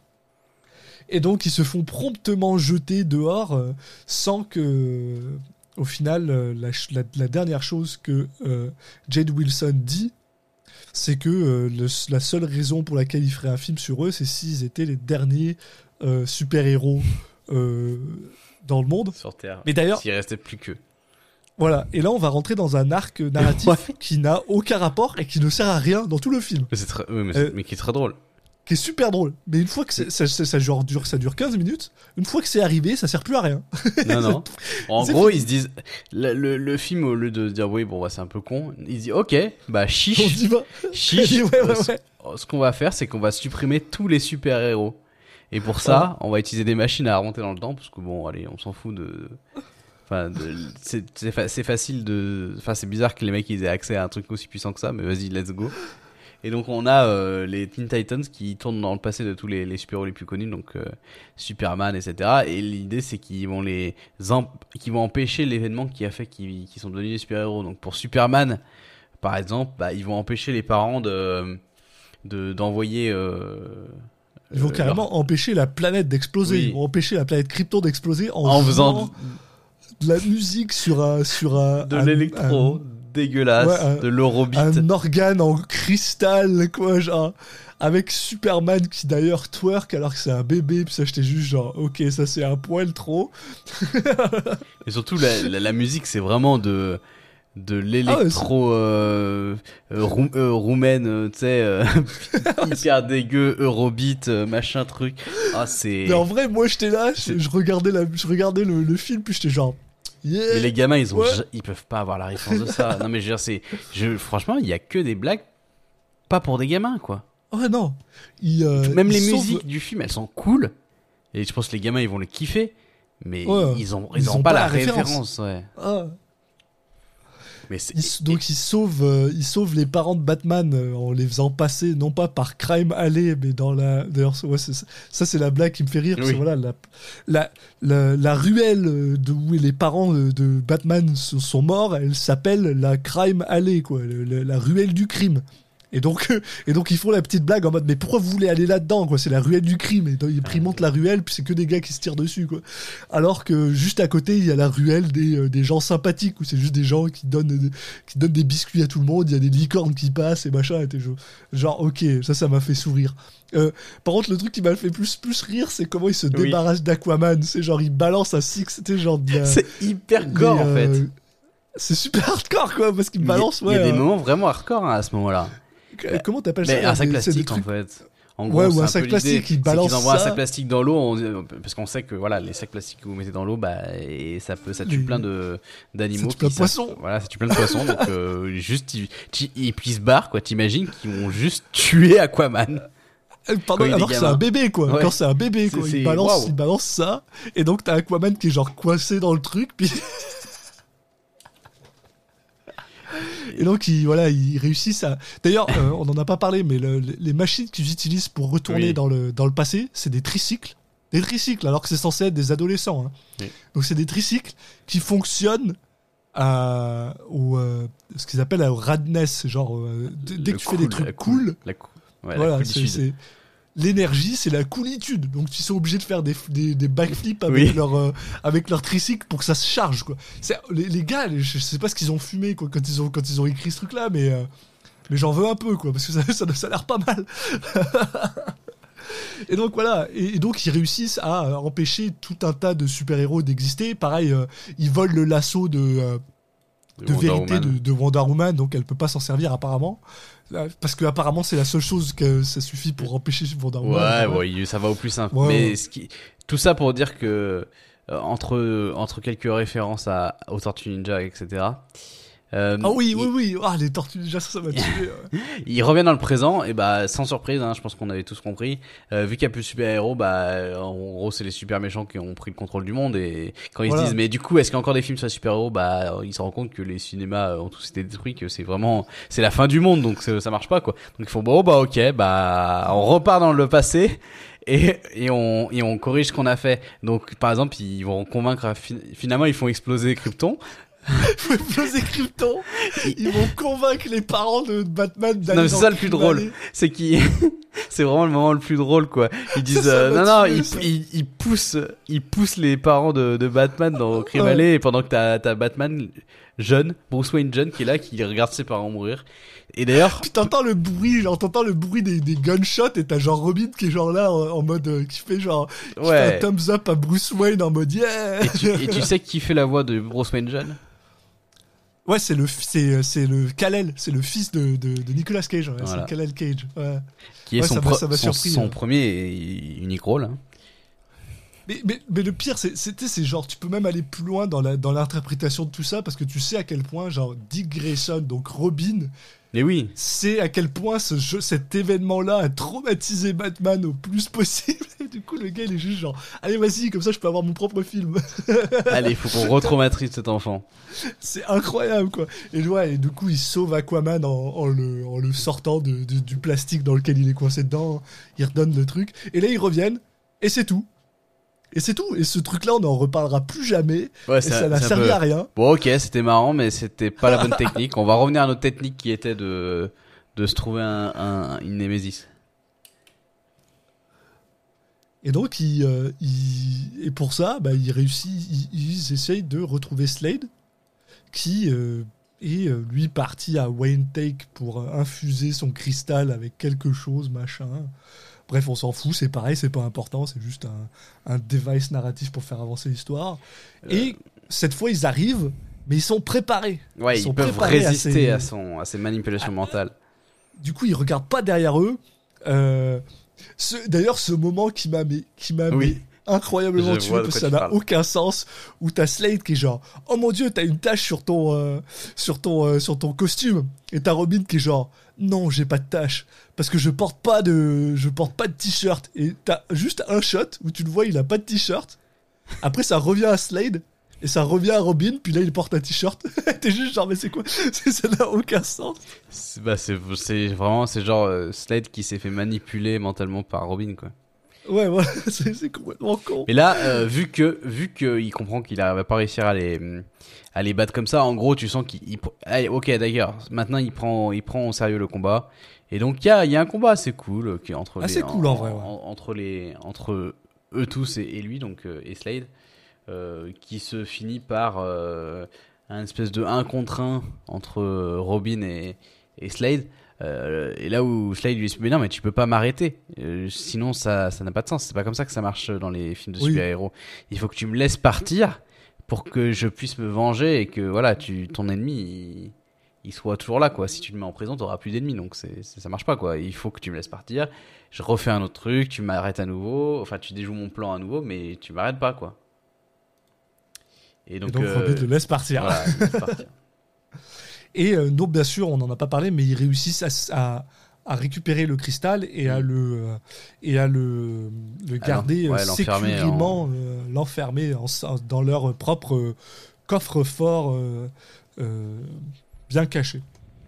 Et donc, ils se font promptement jeter dehors euh, sans que, au final, euh, la, ch- la- la dernière chose que euh, Jade Wilson dit, c'est que euh, le- la seule raison pour laquelle ils feraient un film sur eux, c'est s'ils étaient les derniers euh, super-héros euh, dans le monde. Sur Terre. Mais d'ailleurs- S'il restait plus que. Voilà. Et là, on va rentrer dans un arc narratif Ouais. qui n'a aucun rapport et qui ne sert à rien dans tout le film. Mais, c'est très, oui, mais, Euh, c'est- mais qui est très drôle. Qui est super drôle. Mais une fois que c'est- ça, ça, ça dure, dure- ça dure quinze minutes, une fois que c'est arrivé, ça sert plus à rien. Non, non. En C'est gros, fini. ils se disent. Le, le, le film, au lieu de se dire oui, bon, bah, c'est un peu con, il se dit ok, bah, On chiche. dit va. Chiche. Ouais, ouais, euh, ce- ouais. Ce qu'on va faire, c'est qu'on va supprimer tous les super-héros. Et pour ça, on va utiliser des machines à remonter dans le temps, parce que bon, allez, on s'en fout de. Enfin, de... c'est c'est fa- c'est facile de. Enfin, c'est bizarre que les mecs ils aient accès à un truc aussi puissant que ça, mais vas-y, let's go. Et donc, on a euh, les Teen Titans qui tournent dans le passé de tous les, les super-héros les plus connus, donc euh, Superman, et cetera. Et l'idée, c'est qu'ils vont les em- qu'ils vont empêcher l'événement qui a fait qu'ils qu'ils sont devenus des super-héros. Donc, pour Superman, par exemple, bah, ils vont empêcher les parents de de- d'envoyer euh, Ils vont euh, carrément leur... empêcher la planète d'exploser. Oui. Ils vont empêcher la planète Krypton d'exploser en, en faisant de la musique sur un sur un de un, l'électro un, dégueulasse, ouais, un, de l'eurobeat. un organe en cristal, quoi, genre. Avec Superman qui d'ailleurs twerk alors que c'est un bébé, puis ça j'étais juste genre ok, ça c'est un poil trop. Et surtout la, la, la musique c'est vraiment de de l'électro ah ouais, euh, euh, rou, euh, roumaine, euh, tu sais, euh, hyper dégueu, Eurobeat, euh, machin truc. Ah c'est. Mais en vrai moi j'étais là, je, je regardais la, je regardais le, le film puis j'étais genre. Yeah, mais les gamins ils ont, ouais. ils peuvent pas avoir la référence de ça. Non mais je veux dire c'est, je, franchement il y a que des blagues pas pour des gamins quoi. Oh non. Il, euh, Même il les sauve... musiques du film, elles sont cool. Et je pense que les gamins, ils vont les kiffer. Mais ouais, ils ont, ils, ils ont, ont pas, pas la référence. référence ouais. Ah. Mais c'est... Il, donc il sauve, euh, il sauve les parents de Batman euh, en les faisant passer non pas par Crime Alley, mais dans la. D'ailleurs, ouais, c'est, ça c'est la blague qui me fait rire. Oui. Parce que voilà, la, la, la, la ruelle de où les parents de, de Batman sont morts, elle s'appelle la Crime Alley, quoi, le, le, la ruelle du crime. Et donc, euh, et donc ils font la petite blague en mode mais pourquoi vous voulez aller là-dedans quoi, c'est la ruelle du crime. Et donc ils montent la ruelle puis c'est que des gars qui se tirent dessus quoi. Alors que juste à côté il y a la ruelle des, euh, des gens sympathiques où c'est juste des gens qui donnent euh, qui donnent des biscuits à tout le monde. Il y a des licornes qui passent et machin. Et genre, genre ok ça ça m'a fait sourire. Euh, par contre le truc qui m'a fait plus plus rire c'est comment ils se oui. débarrassent d'Aquaman. C'est genre ils balancent un six, c'était genre de la... c'est hyper gore en fait. Euh, c'est super hardcore quoi parce qu'ils balancent. Il y a, ouais, y a euh... des moments vraiment hardcore hein, à ce moment-là. Comment t'appelles mais ça un sac des, plastique trucs... en fait. En gros, ouais, ou un, un sac plastique qui balance qu'ils envoient ça. un sac plastique dans l'eau on... parce qu'on sait que voilà les sacs plastiques que vous mettez dans l'eau bah et ça peut ça tue mais... plein de d'animaux. Ça tue plein de poissons. Ça... Voilà, ça tue plein de poissons donc euh, juste ils... et puis ils se barrent quoi. T'imagines qu'ils vont juste tuer Aquaman. Pardon, alors que c'est un bébé quoi. Ouais. Quand c'est un bébé quoi, c'est, il balance, wow. il balance ça et donc t'as Aquaman qui est genre coincé dans le truc puis. Et donc, ils, voilà, ils réussissent à... D'ailleurs, euh, on n'en a pas parlé, mais le, les machines qu'ils utilisent pour retourner oui. dans, le, dans le passé, c'est des tricycles. Des tricycles, alors que c'est censé être des adolescents. Hein. Oui. Donc, c'est des tricycles qui fonctionnent à, au, euh, ce qu'ils appellent au radness. Genre, euh, dès le que tu cool, fais des trucs cool... La cool. Ouais, voilà, la c'est, c'est... L'énergie, c'est la coolitude. Donc, ils sont obligés de faire des, des, des backflips avec, oui. leur, euh, avec leur tricycle pour que ça se charge, quoi. C'est, les, les gars, les, je sais pas ce qu'ils ont fumé, quoi, quand ils ont, quand ils ont écrit ce truc-là, mais, euh, mais j'en veux un peu, quoi, parce que ça, ça, ça a l'air pas mal. Et donc, voilà. Et, et donc, ils réussissent à empêcher tout un tas de super-héros d'exister. Pareil, euh, ils volent le lasso de, euh, de, de vérité de, de Wonder Woman, donc elle peut pas s'en servir, apparemment. Parce que apparemment c'est la seule chose que ça suffit pour empêcher Wonder Woman. Ouais, ouais, ça va au plus simple. Ouais, mais ouais. Ce qui... tout ça pour dire que euh, entre entre quelques références à aux Tortues Ninja, et cetera. Euh, ah oui, il... oui, oui. Ah les Tortues Ninja, ça, ça m'a tué. Ouais. Il revient dans le présent et bah sans surprise, hein, je pense qu'on avait tous compris. Euh, vu qu'il y a plus de super héros, bah en gros c'est les super méchants qui ont pris le contrôle du monde et quand ils voilà. se disent mais du coup est-ce qu'il y a encore des films sur les super héros, bah ils se rendent compte que les cinémas ont tous été détruits, que c'est vraiment c'est la fin du monde donc ça marche pas quoi. Donc ils font bon bah ok bah on repart dans le passé. Et, et on et on corrige ce qu'on a fait. Donc par exemple ils vont convaincre finalement ils font exploser Krypton. Ils vont exploser Krypton. Ils vont convaincre les parents de Batman d'aller. Non mais c'est ça le plus drôle, aller. c'est qu'ils c'est vraiment le moment le plus drôle quoi. Ils disent ça, ça euh, non non ils, ils ils poussent ils poussent les parents de de Batman dans Crime Alley ouais. Et pendant que t'as t'as Batman jeune, Bruce Wayne jeune qui est là qui regarde ses parents mourir. Et d'ailleurs, puis t'entends le bruit, genre t'entends le bruit des, des gunshots et t'as genre Robin qui est genre là en, en mode euh, qui fait genre qui ouais. fait un thumbs up à Bruce Wayne en mode yeah. Et tu, et tu sais qui fait la voix de Bruce Wayne jeune? Ouais, c'est le c'est c'est le Kal-El, c'est le fils de de, de Nicolas Cage, ouais, voilà. C'est Kal-El Cage. Ouais. Qui est ouais, son, ça pro- m'a, ça m'a son, surpris, son hein. premier unique rôle. Hein. Mais, mais, mais le pire, c'est, c'est, c'est genre, tu peux même aller plus loin dans, la, dans l'interprétation de tout ça, parce que tu sais à quel point, genre, Dick Grayson, donc Robin, mais oui. c'est à quel point ce jeu, cet événement-là a traumatisé Batman au plus possible. Et du coup, le gars, il est juste genre, allez, vas-y, comme ça, je peux avoir mon propre film. Allez, il faut qu'on retraumatise cet enfant. C'est incroyable, quoi. Et, ouais, et du coup, il sauve Aquaman en, en, le, en le sortant de, de, du plastique dans lequel il est coincé dedans. Il redonne le truc. Et là, ils reviennent, et c'est tout. Et c'est tout. Et ce truc-là, on n'en reparlera plus jamais. Ouais, et ça n'a servi peu... à rien. Bon, ok, c'était marrant, mais c'était pas la bonne technique. On va revenir à notre technique qui était de, de se trouver un, un, une Némésis. Et donc, il, euh, il- et pour ça, bah, ils réussissent, ils, ils essayent de retrouver Slade, qui euh, est euh, lui parti à Wayne Take pour euh, infuser son cristal avec quelque chose, machin. Bref, on s'en fout, c'est pareil, c'est pas important, c'est juste un, un device narratif pour faire avancer l'histoire. Euh. Et cette fois, ils arrivent, mais ils sont préparés. Ouais, ils, sont peuvent préparés à résister ces- à, son, à ses manipulations Ah, mentales. Du coup, ils regardent pas derrière eux. Euh, ce- D'ailleurs, ce moment qui m'a mis, qui m'a Oui. mis incroyablement Je tué vois de parce que quoi ça tu n'a parles. aucun sens. Où t'as Slade qui est genre, oh mon dieu, t'as une tache sur ton, euh, sur ton, euh, sur ton costume. Et t'as Robin qui est genre, non, j'ai pas de tache parce que je porte pas de, je porte pas de t-shirt. Et t'as juste un shot où tu le vois, il a pas de t-shirt. Après, ça revient à Slade. Et ça revient à Robin, puis là il porte un t-shirt. T'es juste genre, mais c'est quoi? C'est- Ça n'a aucun sens. C'est, bah, c'est, c'est vraiment, c'est genre euh, Slade qui s'est fait manipuler mentalement par Robin, quoi. Ouais, voilà, c'est c'est complètement con. Mais là, euh, vu que vu qu'il comprend qu'il va pas réussir à les à les battre comme ça, en gros, tu sens qu'il il- allez, ok, d'ailleurs, maintenant il prend il prend au sérieux le combat. Et donc il y a il y a un combat assez cool euh, qui est entre Assez les cool, en vrai, ouais. entre les entre eux tous et, et lui, donc euh, et Slade, euh, qui se finit par euh, un espèce de un contre un entre euh, Robin et et Slade. Euh, et là où Slade lui dit mais non mais tu peux pas m'arrêter, euh, sinon ça ça n'a pas de sens, c'est pas comme ça que ça marche dans les films de Oui. super-héros. Il faut que tu me laisses partir pour que je puisse me venger et que voilà, tu ton ennemi il, il soit toujours là, quoi. Si tu le mets en prison, t'auras plus d'ennemis, donc c'est, c'est ça marche pas, quoi. Il faut que tu me laisses partir, je refais un autre truc, tu m'arrêtes à nouveau, enfin tu déjoues mon plan à nouveau, mais tu m'arrêtes pas, quoi. Et donc, Et donc euh, Robin le laisse partir. voilà, il laisse partir. Et euh, donc, bien sûr, on n'en a pas parlé, mais ils réussissent à, s- à, à récupérer le cristal et à Mm. le, euh, et à le, le À garder l'en- ouais, euh, l'enfermer sécurément, euh, l'enfermer en s- dans leur propre euh, coffre-fort euh, euh, bien caché.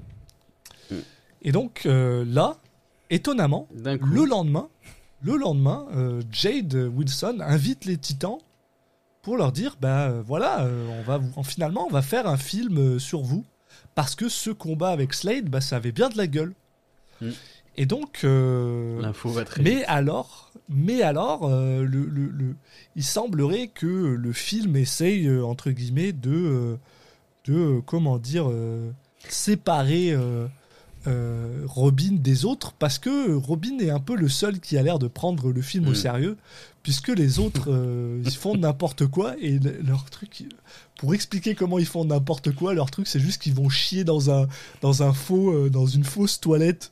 Mm. Et donc, euh, là, étonnamment, D'un coup, le lendemain, le lendemain euh, Jade Wilson invite les Titans pour leur dire bah euh, voilà, euh, on va vous, finalement on va faire un film euh, sur vous parce que ce combat avec Slade, bah ça avait bien de la gueule. Mm. Et donc euh, l'info va très vite. mais alors, mais alors, euh, le, le, le- il semblerait que le film essaye euh, entre guillemets de, euh, de euh, comment dire, euh, séparer euh, euh, Robin des autres parce que Robin est un peu le seul qui a l'air de prendre le film au Mm. sérieux, puisque les autres euh, ils font n'importe quoi et le- leur truc. Pour expliquer comment ils font n'importe quoi, leur truc c'est juste qu'ils vont chier dans un dans un faux euh, dans une fausse toilette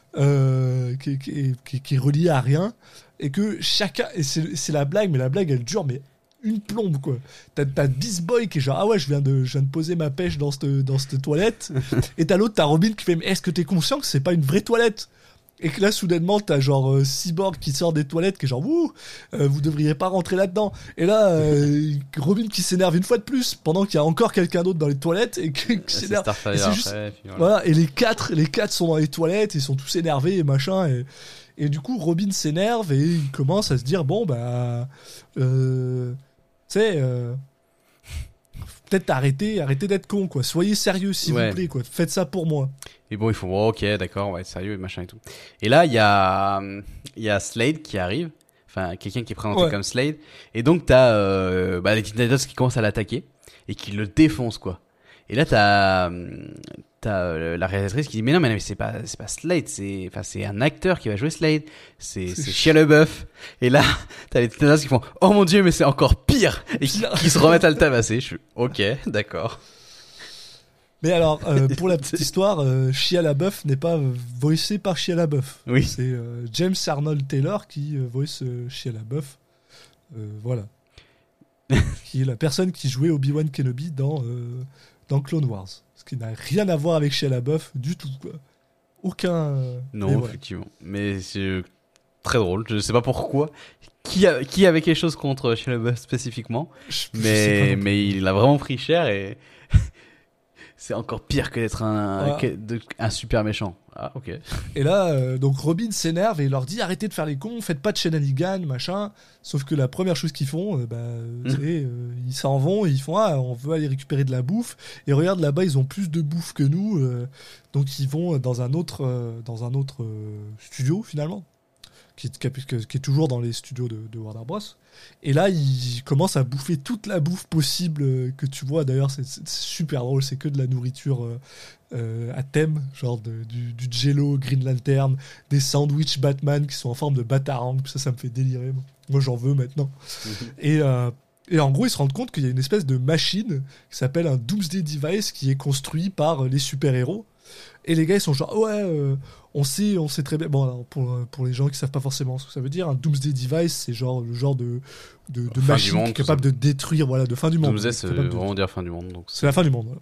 euh, qui, qui- qui- qui est reliée à rien et que chacun et c'est c'est la blague mais la blague elle dure mais une plombe quoi. T'as t'as Beast Boy qui est genre ah ouais je viens de je viens de poser ma pêche dans cette dans cette toilette et t'as l'autre t'as Robin qui fait mais est-ce que t'es conscient que c'est pas une vraie toilette? Et que là, soudainement, t'as genre euh, Cyborg qui sort des toilettes, qui est genre, ouh, euh, vous devriez pas rentrer là-dedans. Et là, euh, Robin qui s'énerve une fois de plus, pendant qu'il y a encore quelqu'un d'autre dans les toilettes, et qui, qui C'est s'énerve. Starfire Et c'est juste- après, puis voilà. Voilà, et les quatre, les quatre sont dans les toilettes, ils sont tous énervés et machin. Et, et du coup, Robin s'énerve et il commence à se dire, bon, bah, euh, tu sais, euh, peut-être arrêtez, arrêtez d'être con, quoi. Soyez sérieux, s'il Ouais. vous plaît, quoi. Faites ça pour moi. Et bon, ils font, oh, ok, d'accord, on va être sérieux et machin et tout. Et là, il y a, hum, il y a Slade qui arrive, enfin, quelqu'un qui est présenté Ouais. comme Slade. Et donc, t'as euh, bah, les Teen Titans qui commencent à l'attaquer et qui le défoncent, quoi. Et là, t'as, hum, t'as euh, la réalisatrice qui dit, mais non, mais, non, mais c'est pas, c'est pas Slade, c'est, enfin, c'est un acteur qui va jouer Slade. C'est, C'est c'est ch- Shia LaBeouf. Et là, t'as les Teen Titans qui font, oh mon dieu, mais c'est encore pire! Et qui, Pire. qui se remettent à le tabasser. Je suis, ok, d'accord. Mais alors, euh, pour la petite histoire, euh, Shia LaBeouf n'est pas euh, voicé par Shia LaBeouf. Oui. C'est euh, James Arnold Taylor qui euh, voice euh, Shia LaBeouf. Euh, voilà. Qui est la personne qui jouait Obi-Wan Kenobi dans, euh, dans Clone Wars. Ce qui n'a rien à voir avec Shia LaBeouf du tout, quoi. Aucun... euh, Non, mais voilà. effectivement. Mais c'est euh, très drôle. Je sais pas pourquoi. Qui, a, qui avait quelque chose contre Shia LaBeouf spécifiquement, Je- je sais pas mais, non plus. mais il a vraiment pris cher et c'est encore pire que d'être un, Voilà. que- de- un super méchant. Ah, ok. Et là, euh, donc Robin s'énerve et il leur dit arrêtez de faire les cons, faites pas de shenanigans, machin. Sauf que la première chose qu'ils font, euh, bah, Mm. c'est euh, ils s'en vont et ils font ah, on veut aller récupérer de la bouffe. Et regarde là-bas, ils ont plus de bouffe que nous, euh, donc ils vont dans un autre, euh, dans un autre euh, studio finalement, qui, qui, qui est toujours dans les studios de, de Warner Bros. Et là, il commence à bouffer toute la bouffe possible que tu vois. D'ailleurs, c'est, c'est super drôle, c'est que de la nourriture euh, euh, à thème, genre de, du, du Jell-O, Green Lantern, des sandwichs Batman qui sont en forme de batarang. Ça, ça me fait délirer. Moi, j'en veux maintenant. Mmh. Et... Euh, Et en gros, ils se rendent compte qu'il y a une espèce de machine qui s'appelle un Doomsday Device qui est construit par les super-héros. Et les gars, ils sont genre, ouais, euh, on sait, on sait très bien. Bon, alors pour, pour les gens qui savent pas forcément ce que ça veut dire, un Doomsday Device, c'est genre le genre de, de, de machine monde, qui est capable ça. de détruire, voilà, de fin du monde. Doomsday, c'est vraiment de... dire fin du monde. Donc c'est... c'est la fin du monde, voilà.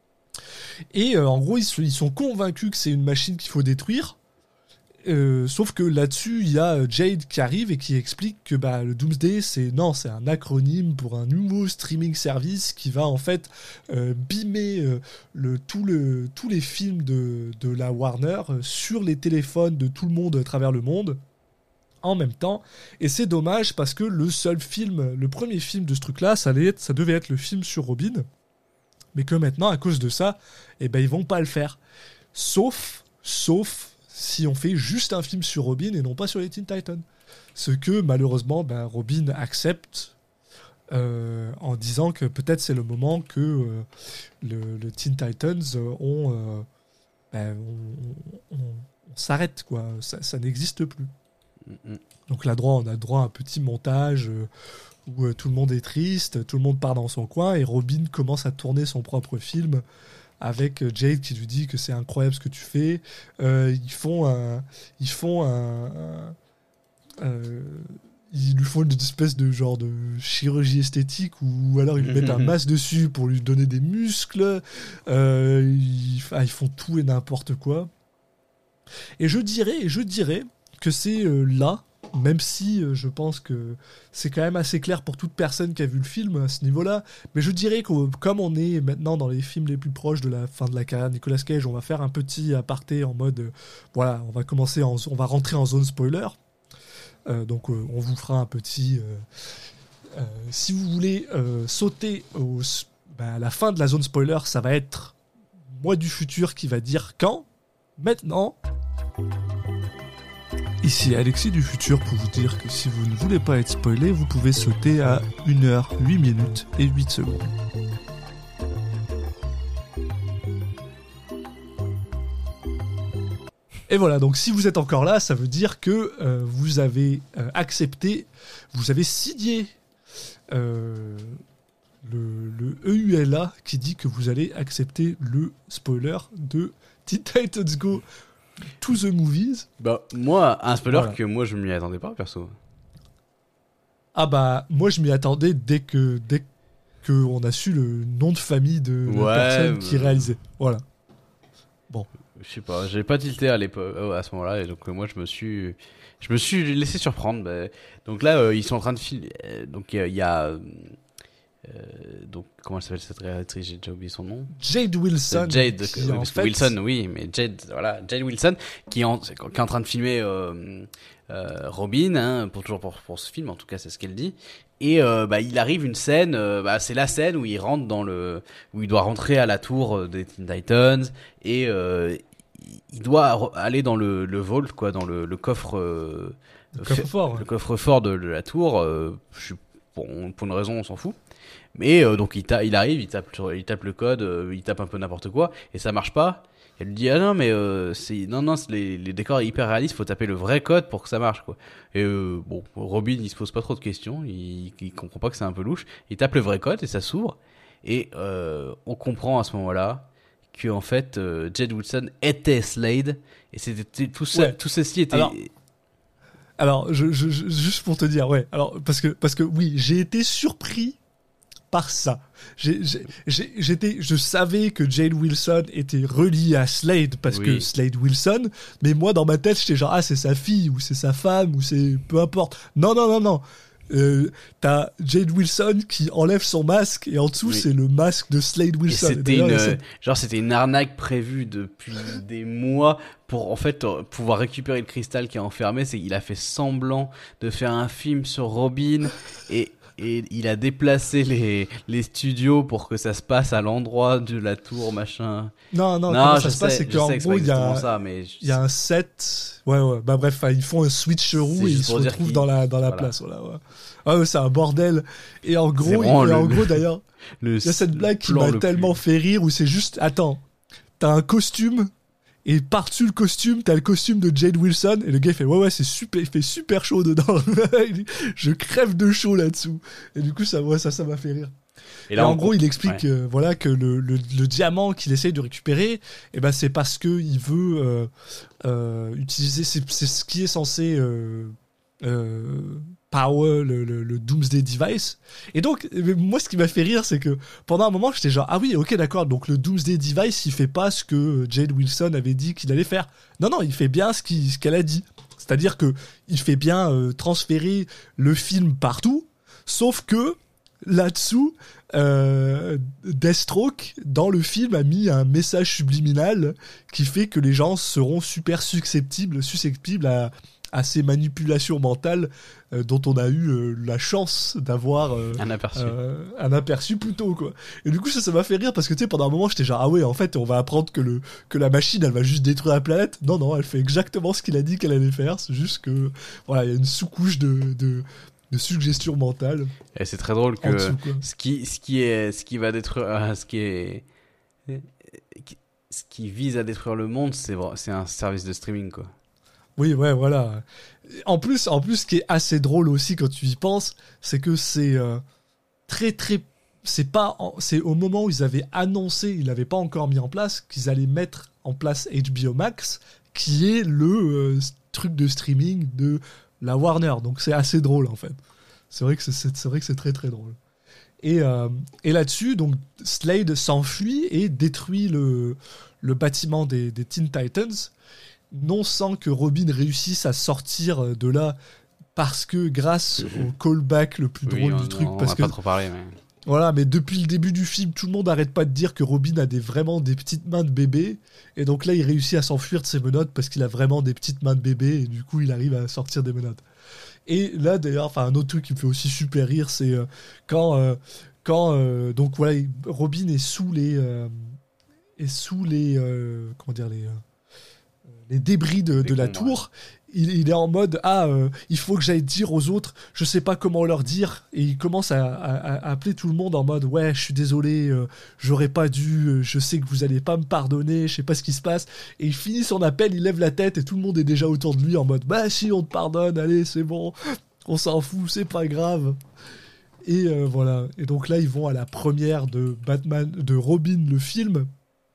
Et euh, en gros, ils, ils sont convaincus que c'est une machine qu'il faut détruire. Euh, sauf que là-dessus, il y a Jade qui arrive et qui explique que bah, le Doomsday, c'est non, c'est un acronyme pour un nouveau streaming service qui va en fait euh, beamer euh, le, tout le, tous les films de, de la Warner euh, sur les téléphones de tout le monde à travers le monde en même temps. Et c'est dommage parce que le seul film, le premier film de ce truc-là, ça, allait être, ça devait être le film sur Robin, mais que maintenant, à cause de ça, eh ben, ils vont pas le faire. Sauf, sauf si on fait juste un film sur Robin et non pas sur les Teen Titans. Ce que, malheureusement, ben, Robin accepte euh, en disant que peut-être c'est le moment que euh, le, le Teen Titans euh, ont, euh, ben, on, on, on s'arrête, quoi. Ça, ça n'existe plus. Mm-hmm. Donc là, droit, on a droit à un petit montage euh, où euh, tout le monde est triste, tout le monde part dans son coin et Robin commence à tourner son propre film avec Jade qui lui dit que c'est incroyable ce que tu fais. Euh, ils font un... Ils font un... un euh, ils lui font une espèce de genre de chirurgie esthétique ou alors ils lui mettent un masque dessus pour lui donner des muscles. Euh, ils, ah, ils font tout et n'importe quoi. Et je dirais, je dirais que c'est euh, là, même si euh, je pense que c'est quand même assez clair pour toute personne qui a vu le film à ce niveau-là, mais je dirais que comme on est maintenant dans les films les plus proches de la fin de la carrière de Nicolas Cage, on va faire un petit aparté en mode, euh, voilà, on va commencer, en, on va rentrer en zone spoiler, euh, donc euh, on vous fera un petit... Euh, euh, si vous voulez euh, sauter au, bah, à la fin de la zone spoiler, ça va être moi du futur qui va dire quand, maintenant... Ici Alexis du futur pour vous dire que si vous ne voulez pas être spoilé, vous pouvez sauter à une heure, huit minutes et huit secondes. Et voilà, donc si vous êtes encore là, ça veut dire que euh, vous avez euh, accepté, vous avez signé euh, le, le E U L A qui dit que vous allez accepter le spoiler de Teen Titans Go to the Movies. Bah, moi, un spoiler voilà. que moi je m'y attendais pas, perso. Ah bah, moi je m'y attendais dès que dès qu'on a su le nom de famille de ouais, la personne bah... qui réalisait. Voilà. Bon. Je sais pas, j'avais pas tilté à l'époque, à ce moment-là, et donc euh, moi je me suis, je me suis laissé surprendre. Bah, donc là, euh, ils sont en train de filmer. Euh, donc il y a, y a euh, donc comment elle s'appelle cette réalisatrice, j'ai déjà oublié son nom. Jade Wilson. Jade qui, euh, en fait... Wilson, oui, mais Jade, voilà, Jade Wilson qui est en, qui est en train de filmer euh, euh, Robin, hein, pour toujours pour, pour ce film, en tout cas c'est ce qu'elle dit. Et euh, bah il arrive une scène, euh, bah c'est la scène où il rentre dans le, où il doit rentrer à la tour des Teen Titans et euh, il doit aller dans le, le vault, quoi, dans le, le coffre, euh, le coffre-fort, le ouais. coffre-fort de, de la tour. Euh, je, pour, pour une raison, on s'en fout. Mais euh, donc il, ta, il arrive, il tape, il tape le code, euh, il tape un peu n'importe quoi, et ça marche pas. Elle lui dit ah non mais euh, c'est non non c'est les, les décors hyper réalistes, faut taper le vrai code pour que ça marche, quoi. Et euh, bon, Robin il se pose pas trop de questions, il, il comprend pas que c'est un peu louche, il tape le vrai code et ça s'ouvre et euh, on comprend à ce moment-là que en fait euh, Jade Wilson était Slade et c'était tout ça, ouais. tout ceci était. Alors... Alors, je, je, je, juste pour te dire, ouais. Alors, parce que, parce que oui, j'ai été surpris par ça. J'ai, j'ai, j'ai, j'étais, je savais que Jade Wilson était reliée à Slade parce oui. que Slade Wilson, mais moi dans ma tête, j'étais genre ah c'est sa fille ou c'est sa femme ou c'est peu importe. Non non non non. Euh, t'as Jade Wilson qui enlève son masque et en dessous oui. c'est le masque de Slade Wilson. Et c'était et une, c'est... genre c'était une arnaque prévue depuis des mois pour en fait pouvoir récupérer le cristal qui est enfermé. C'est qu'il a fait semblant de faire un film sur Robin et et il a déplacé les, les studios pour que ça se passe à l'endroit de la tour, machin. Non, non, Non, comment je ça se passe, sais, c'est je qu'en sais que c'est gros, pas il y a, exactement ça, mais je- il y a un set. Ouais, ouais. Bah bref, enfin, ils font un switcheroo C'est et juste ils se pour dire retrouvent qu'ils- dans la, dans la voilà. place. Voilà, ouais. Ah ouais, c'est un bordel. Et en C'est gros, vraiment et le- en le- gros d'ailleurs, le, il y a cette le blague qui plan m'a le tellement plus- fait rire où c'est juste, attends, t'as un costume et par-dessus le costume, t'as le costume de Jade Wilson et le gars il fait ouais ouais c'est super, il fait super chaud dedans. Il dit, je crève de chaud là-dessous. Et du coup ça ouais, ça ça m'a fait rire. Et Et, là, en on gros, comp- il explique ouais. euh, voilà que le, le, le diamant qu'il essaye de récupérer, eh ben c'est parce que il veut euh, euh, utiliser, c'est, c'est ce qui est censé euh, euh, power le, le, le Doomsday Device. Et donc, euh, moi, ce qui m'a fait rire, c'est que pendant un moment, j'étais genre ah oui, ok, d'accord. Donc le Doomsday Device, il fait pas ce que Jade Wilson avait dit qu'il allait faire. Non, non, il fait bien ce, qu'il, ce qu'elle a dit. C'est-à-dire que il fait bien euh, transférer le film partout, sauf que là-dessous, euh, Deathstroke, dans le film, a mis un message subliminal qui fait que les gens seront super susceptibles, susceptibles à, à ces manipulations mentales euh, dont on a eu euh, la chance d'avoir euh, Un aperçu. euh, un aperçu plus tôt, quoi. Et du coup, ça, ça m'a fait rire parce que, tu sais, pendant un moment, j'étais genre, ah ouais, en fait, on va apprendre que, le, que la machine, elle va juste détruire la planète. Non, non, elle fait exactement ce qu'il a dit qu'elle allait faire. C'est juste que, voilà, il y a une sous-couche de, de, de suggestion mentale Et c'est très drôle en que dessous, quoi. ce qui, ce qui est, ce qui va détruire, euh, ce qui est, ce qui vise à détruire le monde, c'est vra- c'est un service de streaming, quoi. Oui, ouais, voilà. En plus, en plus, ce qui est assez drôle aussi quand tu y penses, c'est que c'est euh, très, très. C'est pas. en- C'est au moment où ils avaient annoncé, ils l'avaient pas encore mis en place, qu'ils allaient mettre en place H B O Max, qui est le euh, truc de streaming de la Warner. Donc c'est assez drôle en fait. C'est vrai que c'est, c'est, c'est vrai que c'est très très drôle. Et, euh, et là-dessus, donc Slade s'enfuit et détruit le, le bâtiment des, des Teen Titans, non sans que Robin réussisse à sortir de là, parce que grâce au callback le plus Oui, drôle on, du truc, on parce a que pas trop parlé, mais voilà, mais depuis le début du film, tout le monde n'arrête pas de dire que Robin a des, vraiment des petites mains de bébé. Et donc là, il réussit à s'enfuir de ses menottes parce qu'il a vraiment des petites mains de bébé. Et du coup, il arrive à sortir des menottes. Et là, d'ailleurs, enfin, un autre truc qui me fait aussi super rire, c'est euh, quand, euh, quand euh, donc voilà, il- Robin est sous les, euh, est sous les, euh, comment dire, les, euh, les débris de, de la décombres, tour. Il, il est en mode ah euh, il faut que j'aille dire aux autres, je sais pas comment leur dire, et il commence à, à- à appeler tout le monde en mode ouais je suis désolé, euh, j'aurais pas dû, euh, je sais que vous allez pas me pardonner, je sais pas ce qui se passe, et il finit son appel, il lève la tête et tout le monde est déjà autour de lui en mode bah si on te pardonne, allez c'est bon, on s'en fout, c'est pas grave. Et euh, voilà, et donc là ils vont à la première de Batman, de Robin le film,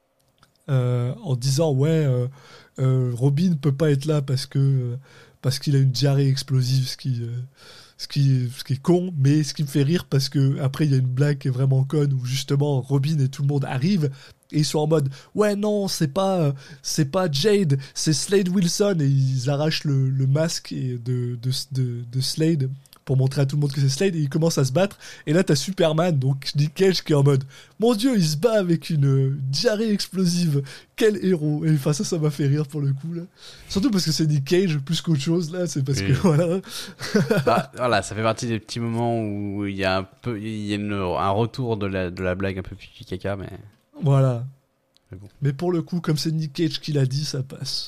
euh, en disant ouais euh, euh, Robin peut pas être là parce que euh, parce qu'il a une diarrhée explosive, ce qui euh, ce qui ce qui est con, mais ce qui me fait rire parce que après il y a une blague qui est vraiment conne où justement Robin et tout le monde arrivent et ils sont en mode ouais non c'est pas euh, c'est pas Jade, c'est Slade Wilson, et ils arrachent le, le masque et de, de, de, de Slade pour montrer à tout le monde que c'est Slade, et ils commencent à se battre, et là t'as Superman, donc Nick Cage, qui est en mode mon dieu il se bat avec une euh, diarrhée explosive, quel héros. Et enfin ça ça m'a fait rire pour le coup là, surtout parce que c'est Nick Cage plus qu'autre chose là, c'est parce Oui. que voilà. bah, voilà, ça fait partie des petits moments où il y a un peu, il y a une- un retour de la, de la blague un peu pipi caca, mais Voilà. Mais bon. Mais pour le coup, comme c'est Nick Cage qui l'a dit, ça passe.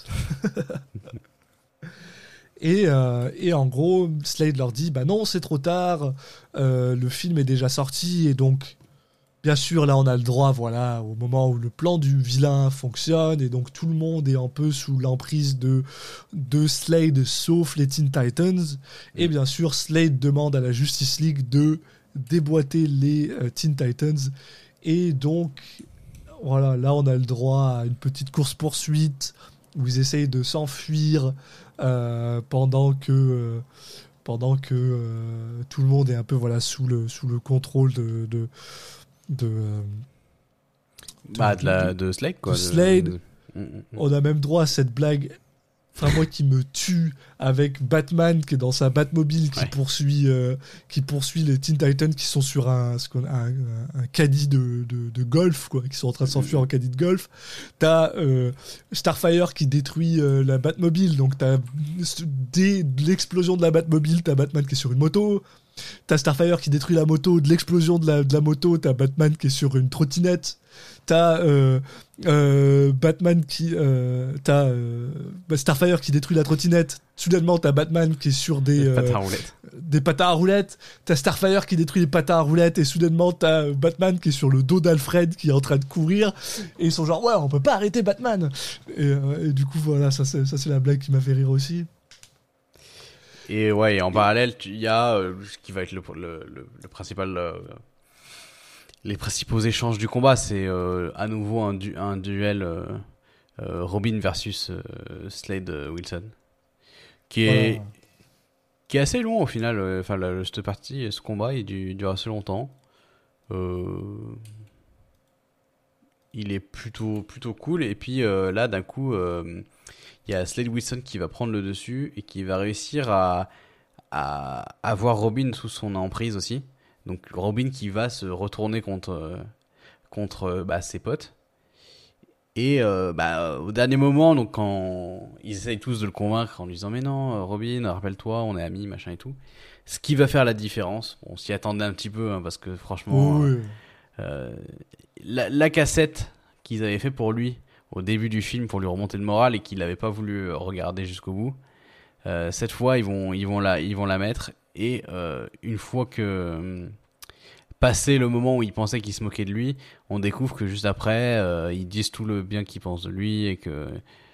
et, euh, et en gros, Slade leur dit bah non, c'est trop tard, euh, le film est déjà sorti, et donc, bien sûr, là on a le droit, voilà, au moment où le plan du vilain fonctionne, et donc tout le monde est un peu sous l'emprise de, de Slade, sauf les Teen Titans. Et bien sûr, Slade demande à la Justice League de déboîter les euh, Teen Titans. Et donc, voilà, là on a le droit à une petite course-poursuite où ils essayent de s'enfuir euh, pendant que, euh, pendant que euh, tout le monde est un peu voilà, sous, le, sous le contrôle de. de, de, euh, bah de la de Slade quoi. de Slade. de- Mm, mm, mm. On a même droit à cette blague, enfin moi qui me tue, avec Batman qui est dans sa Batmobile qui Ouais. poursuit euh, qui poursuit les Teen Titans qui sont sur un ce qu'on- un, un, un caddie de, de, de golf quoi, qui sont en train de s'enfuir en caddie de golf. T'as euh, Starfire qui détruit euh, la Batmobile, donc t'as dès l'explosion de la Batmobile t'as Batman qui est sur une moto. T'as Starfire qui détruit la moto, de l'explosion de la, de la moto, t'as Batman qui est sur une trottinette, t'as euh, euh, Batman qui... Euh, t'as euh, bah, Starfire qui détruit la trottinette, soudainement t'as Batman qui est sur des... Euh, patins à roulettes. Des patins à roulettes, t'as Starfire qui détruit les patins à roulettes, et soudainement t'as Batman qui est sur le dos d'Alfred qui est en train de courir, et ils sont genre, ouais, on peut pas arrêter Batman. Et, euh, et du coup, voilà, ça c'est, ça c'est la blague qui m'a fait rire aussi. Et ouais, et en parallèle, il y a euh, ce qui va être le, le, le, le principal, euh, les principaux échanges du combat, c'est euh, à nouveau un, du, un duel euh, euh, Robin versus euh, Slade Wilson, qui est Voilà. qui est assez long au final. Enfin, euh, cette partie, ce combat, il dure, dure assez longtemps. Euh, il est plutôt plutôt cool. Et puis euh, là, d'un coup. Euh, il y a Slade Wilson qui va prendre le dessus et qui va réussir à, à avoir Robin sous son emprise aussi. Donc Robin qui va se retourner contre, contre bah, ses potes. Et euh, bah, au dernier moment, donc, quand ils essayent tous de le convaincre en lui disant « Mais non, Robin, rappelle-toi, on est amis, machin et tout ». Ce qui va faire la différence. On s'y attendait un petit peu hein, parce que franchement, Oui. euh, euh, la, la cassette qu'ils avaient fait pour lui au début du film pour lui remonter le moral et qu'il n'avait pas voulu regarder jusqu'au bout. Euh, cette fois, ils vont, ils vont la, ils vont la mettre et euh, une fois que euh, passé le moment où ils pensaient qu'ils se moquaient de lui, on découvre que juste après, euh, ils disent tout le bien qu'ils pensent de lui et que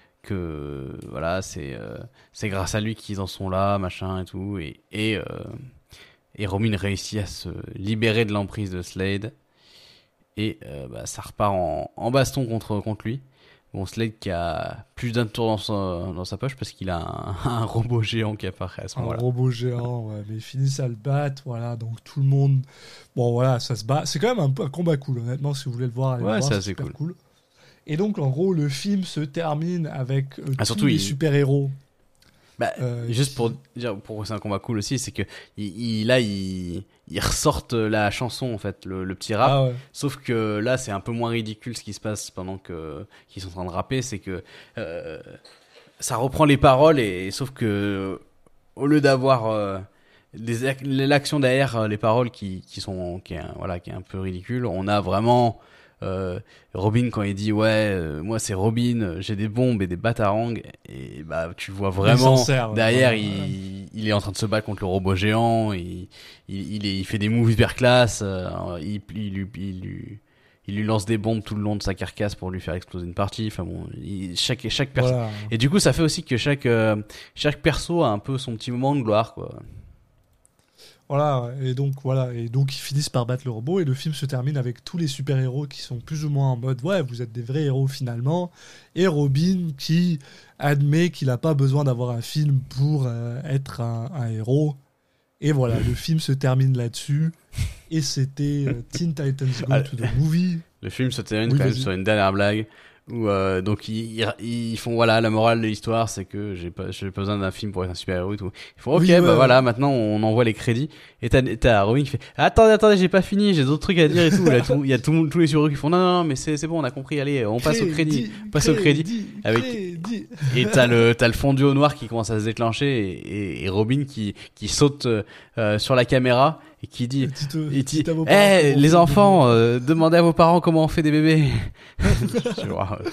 que voilà, c'est euh, c'est grâce à lui qu'ils en sont là, machin et tout et et euh, et Robin réussit à se libérer de l'emprise de Slade et euh, bah, ça repart en, en baston contre contre lui. Bon, Slade qui a plus d'un tour dans sa, dans sa poche parce qu'il a un, un robot géant qui apparaît à ce Un moment-là. robot géant, ouais, mais ils finissent à le battre, voilà, donc tout le monde... Bon, voilà, ça se bat. C'est quand même un, un combat cool, honnêtement, si vous voulez le voir, allez Ouais, le voir, c'est c'est assez super cool. cool. Et donc, en gros, le film se termine avec euh, Ah, tous surtout, les il- super-héros. Bah, Euh, juste qui- pour dire pourquoi c'est un combat cool aussi, c'est que il, il- là, il, il ressortent la chanson, en fait, le, le petit rap. Ah ouais. Sauf que là, c'est un peu moins ridicule ce qui se passe pendant que qu'ils sont en train de rapper, c'est que euh, ça reprend les paroles et sauf que au lieu d'avoir euh, des ac- l'action derrière euh, les paroles qui qui sont qui est un, voilà qui est un peu ridicule, on a vraiment euh, Robin quand il dit ouais euh, moi c'est Robin, j'ai des bombes et des batarangs et bah tu vois vraiment s'en sert, ouais. derrière Ouais, il il est en train de se battre contre le robot géant, il il il, est, il fait des moves hyper classe, euh, il, il, lui il lui il lui lance des bombes tout le long de sa carcasse pour lui faire exploser une partie. Enfin bon, il, chaque chaque perso. Voilà. Et du coup, ça fait aussi que chaque euh, chaque perso a un peu son petit moment de gloire, quoi. Voilà, ouais. et donc voilà, et donc ils finissent par battre le robot et le film se termine avec tous les super-héros qui sont plus ou moins en mode ouais, vous êtes des vrais héros finalement, et Robin qui admet qu'il n'a pas besoin d'avoir un film pour euh, être un, un héros. Et voilà, le film se termine là-dessus. Et c'était euh, Teen Titans Go Allez. to the Movie. Le film se termine Oui, quand même vas-y. sur une dernière blague où euh, donc ils, ils, ils font voilà, la morale de l'histoire c'est que j'ai pas j'ai pas besoin d'un film pour être un super-héros et tout. Ils font OK, Oui, bah ouais, ouais. voilà, maintenant on envoie les crédits et t'as t'as Robin qui fait attendez attendez, j'ai pas fini, j'ai d'autres trucs à dire et tout. Là tout il y a tout, le monde- tous les super-héros qui font non non non, mais c'est c'est bon, on a compris, allez, on passe au crédit. On passe au crédit. Avec- crédit. Et t'as le t'as le fondu au noir qui commence à se déclencher et, et, et Robin qui qui saute euh, sur la caméra et qui dit Dites, et dit dites à vos eh parents comment on les fait enfants euh, demandez à vos parents comment on fait des bébés. Je vois, euh,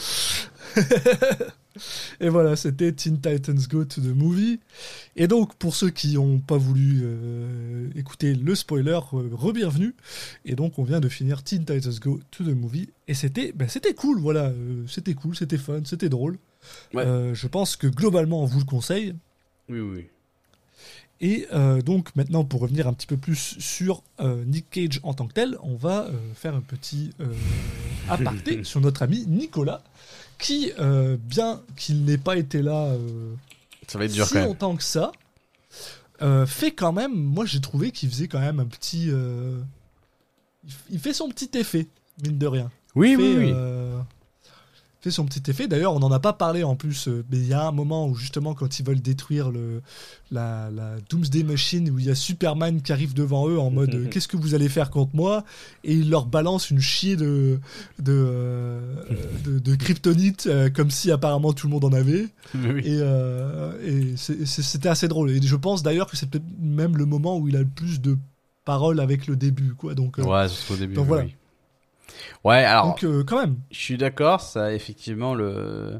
Et voilà, c'était Teen Titans Go to the Movie. Et donc, pour ceux qui n'ont pas voulu euh, écouter le spoiler, euh, re-bienvenue. Et donc, on vient de finir Teen Titans Go to the Movie. Et c'était, ben, c'était cool, voilà. euh, c'était cool, c'était fun, c'était drôle. Ouais. Euh, je pense que globalement, on vous le conseille. oui oui. Et euh, donc maintenant, pour revenir un petit peu plus sur euh, Nick Cage en tant que tel, on va euh, faire un petit euh, aparté sur notre ami Nicolas, qui, euh, bien qu'il n'ait pas été là euh, Ça va être dur si quand même. longtemps que ça, euh, fait quand même, moi j'ai trouvé qu'il faisait quand même un petit... euh, il, f- il fait son petit effet, mine de rien. Oui fait, oui oui. euh, fait fait son petit effet. D'ailleurs, on n'en a pas parlé en plus, euh, mais il y a un moment où justement, quand ils veulent détruire le, la, la Doomsday Machine, où il y a Superman qui arrive devant eux en mode euh, qu'est-ce que vous allez faire contre moi, et il leur balance une chier de de, euh, de, de kryptonite, euh, comme si apparemment tout le monde en avait. Oui. Et, euh, et c'est, c'est, c'était assez drôle. Et je pense d'ailleurs que c'est peut-être même le moment où il a le plus de paroles avec le début, quoi. Donc, euh, Ouais, surtout au début. donc oui, voilà. oui. Ouais, alors. donc euh, quand même. Je suis d'accord, ça effectivement le.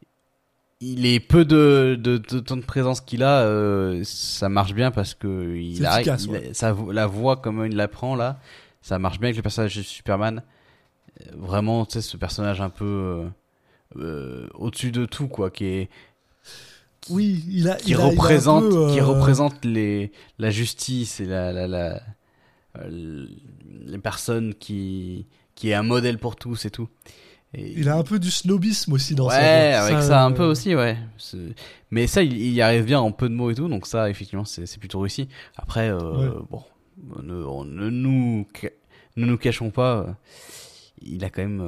Il est peu de, de, de temps de présence qu'il a, euh, ça marche bien parce que il C'est a, efficace, il ouais. a- sa vo- la voix comme il la prend là, ça marche bien avec le personnage de Superman. Euh, Vraiment, tu sais, ce personnage un peu euh, euh, au-dessus de tout, quoi, qui est Oui, il a. qui il a- il a un représente, peu, qui euh, représente les la justice et la la, la euh, les personnes qui qui est un modèle pour tous et tout. Et Il a un peu du snobisme aussi dans ouais, sa voix. avec ça, un euh, peu aussi, ouais. C'est- Mais ça, il, il y arrive bien en peu de mots et tout, donc ça, effectivement, c'est c'est plutôt réussi. Après, euh, Ouais. bon, ne, on- ne nous ca- ne nous cachons pas, euh, il a quand même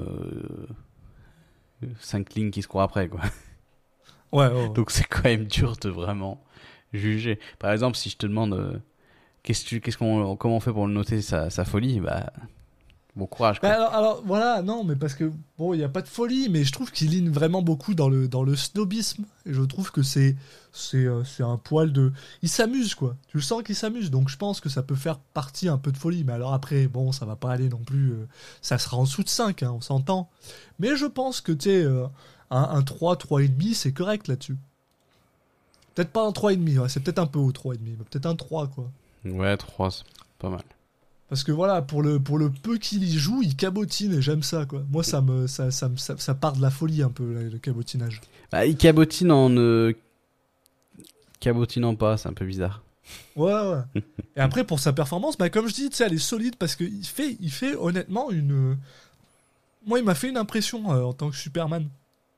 euh, cinq lignes qui se courent après, quoi. Ouais, ouais, ouais. Donc c'est quand même dur de vraiment juger. Par exemple, si je te demande euh, qu'est-ce que tu- qu'est-ce qu'on comment on fait pour le noter sa, sa folie, bah bon courage, quoi. Bah, alors, alors, voilà, non, mais parce que bon, il y a pas de folie, mais je trouve qu'il ligne vraiment beaucoup dans le dans le snobisme, et je trouve que c'est c'est euh, c'est un poil de, il s'amuse, quoi. Tu le sens qu'il s'amuse, donc je pense que ça peut faire partie un peu de folie. Mais alors après, bon, ça va pas aller non plus, euh, ça sera en dessous de cinq, hein, on s'entend. Mais je pense que tu sais, euh, un, un trois, trois et demi, c'est correct là-dessus. Peut-être pas un trois et demi, ouais, c'est peut-être un peu haut trois et demi, mais peut-être un trois, quoi. Ouais, trois, c'est pas mal. Parce que voilà, pour le, pour le peu qu'il y joue, il cabotine et j'aime ça, quoi. Moi, ça me ça, ça, me- ça, ça part de la folie un peu, là, le cabotinage. Bah, il cabotine en ne cabotinant pas, c'est un peu bizarre. Ouais, ouais. Et après, pour sa performance, bah, comme je dis, tu sais, elle est solide parce qu'il fait, il fait honnêtement une. Moi, il m'a fait une impression euh, en tant que Superman.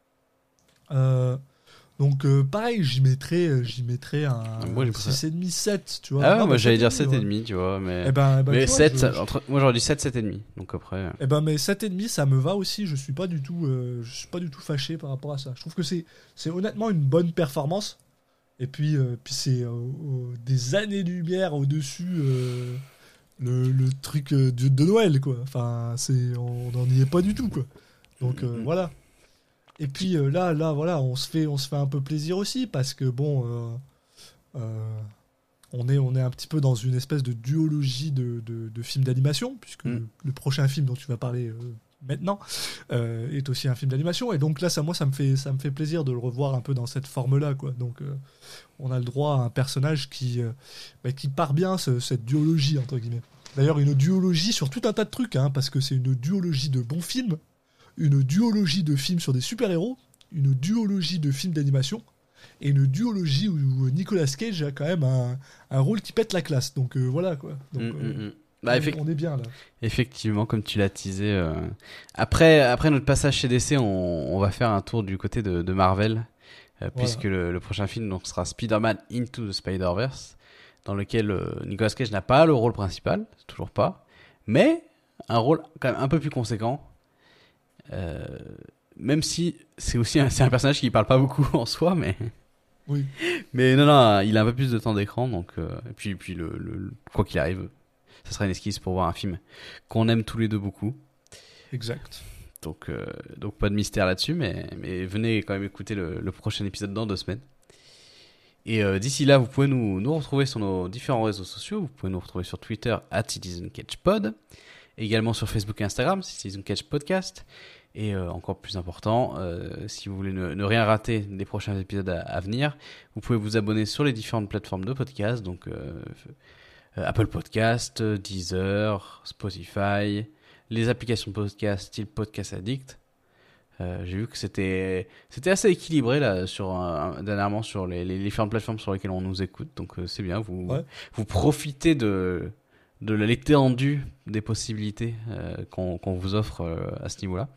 Euh, donc, euh, pareil, j'y mettrais, euh, j'y mettrais un Moi, j'ai pris ça. six virgule cinq, sept, tu vois. Ah ouais, Non, moi bah, j'allais dire sept sept virgule cinq, virgule cinq, tu vois, mais ouais. Eh ben, eh ben, mais tu vois, sept, je- ça- je- entre... moi j'aurais dit sept, sept virgule cinq. Donc après euh, Eh ben, mais sept virgule cinq, ça me va aussi. Je suis pas du tout, euh, je suis pas du tout fâché par rapport à ça. Je trouve que c'est, c'est honnêtement une bonne performance. Et puis, euh, puis c'est euh, euh, des années-lumière au-dessus euh, le, le truc euh, de, de Noël, quoi. Enfin, c'est, on n'en y est pas du tout, quoi. Donc euh, Mhm. voilà. Et puis euh, là, là, voilà, on se fait, on se fait un peu plaisir aussi parce que bon, euh, euh, on est, on est un petit peu dans une espèce de duologie de, de, de films d'animation, puisque Mm. le, le prochain film dont tu vas parler euh, maintenant euh, est aussi un film d'animation. Et donc là, ça, moi, ça me fait, ça me fait plaisir de le revoir un peu dans cette forme-là, quoi. Donc, euh, on a le droit à un personnage qui, euh, bah, qui part bien ce- cette duologie entre guillemets. D'ailleurs, une duologie sur tout un tas de trucs, hein, parce que c'est une duologie de bons films, une duologie de films sur des super-héros, une duologie de films d'animation, et une duologie où, où Nicolas Cage a quand même un, un rôle qui pète la classe. Donc euh, voilà, quoi. Donc, mm, euh, mm, mm. Bah, on, effect- on est bien là. effectivement, comme tu l'as teasé. euh, Après, après notre passage chez D C, on, on va faire un tour du côté de, de Marvel, euh, puisque le, le prochain film donc, sera Spider-Man Into the Spider-Verse, dans lequel euh, Nicolas Cage n'a pas le rôle principal, toujours pas, mais un rôle quand même un peu plus conséquent. Euh, même si c'est aussi un, c'est un personnage qui parle pas beaucoup en soi, mais Oui. mais non non, il a un peu plus de temps d'écran, donc euh, et puis puis le, le, le- quoi qu'il arrive, ça sera une esquisse pour voir un film qu'on aime tous les deux beaucoup. Exact. Donc, euh, donc pas de mystère là-dessus, mais, mais venez quand même écouter le, le prochain épisode dans deux semaines. Et euh, d'ici là, vous pouvez nous, nous retrouver sur nos différents réseaux sociaux. Vous pouvez nous retrouver sur Twitter arobase Citizen Cage Pod, également sur Facebook et Instagram, Citizen Cage Podcast. Et euh, encore plus important, euh, si vous voulez ne, ne rien rater des prochains épisodes à, à venir, vous pouvez vous abonner sur les différentes plateformes de podcast, donc euh, euh, Apple Podcast, Deezer, Spotify, les applications de podcast style Podcast Addict. Euh, j'ai vu que c'était c'était assez équilibré là sur un, dernièrement sur les, les différentes plateformes sur lesquelles on nous écoute, donc euh, c'est bien, vous Ouais. vous profitez de de l'étendue des possibilités euh, qu'on qu'on vous offre euh, à ce niveau-là.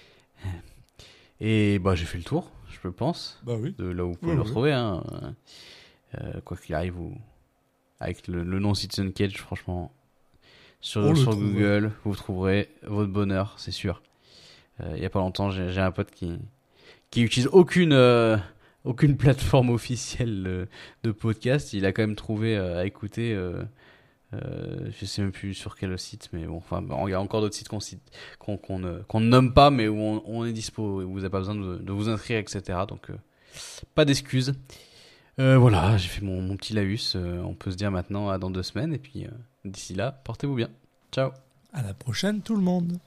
Et bah j'ai fait le tour, je pense, Bah oui. de là où vous pouvez Oui, le oui. retrouver. Hein. Euh, quoi qu'il arrive, vous, avec le, le nom Citizen Cage, franchement, sur, On le sur trouve, Google, vous trouverez votre bonheur, c'est sûr. Euh, il y a pas longtemps, j'ai, j'ai un pote qui qui utilise aucune euh, aucune plateforme officielle euh, de podcast. Il a quand même trouvé euh, à écouter. Euh, euh, je sais même plus sur quel site, mais bon, enfin, il y a encore d'autres sites qu'on cite, qu'on qu'on ne qu'on ne nomme pas, mais où on, on est dispo. Et où vous n'avez pas besoin de, de vous inscrire, et cetera. Donc euh, pas d'excuses. Euh, voilà, j'ai fait mon, mon petit laïus. Euh, on peut se dire maintenant à dans deux semaines. Et puis euh, d'ici là, portez-vous bien. Ciao. À la prochaine, tout le monde.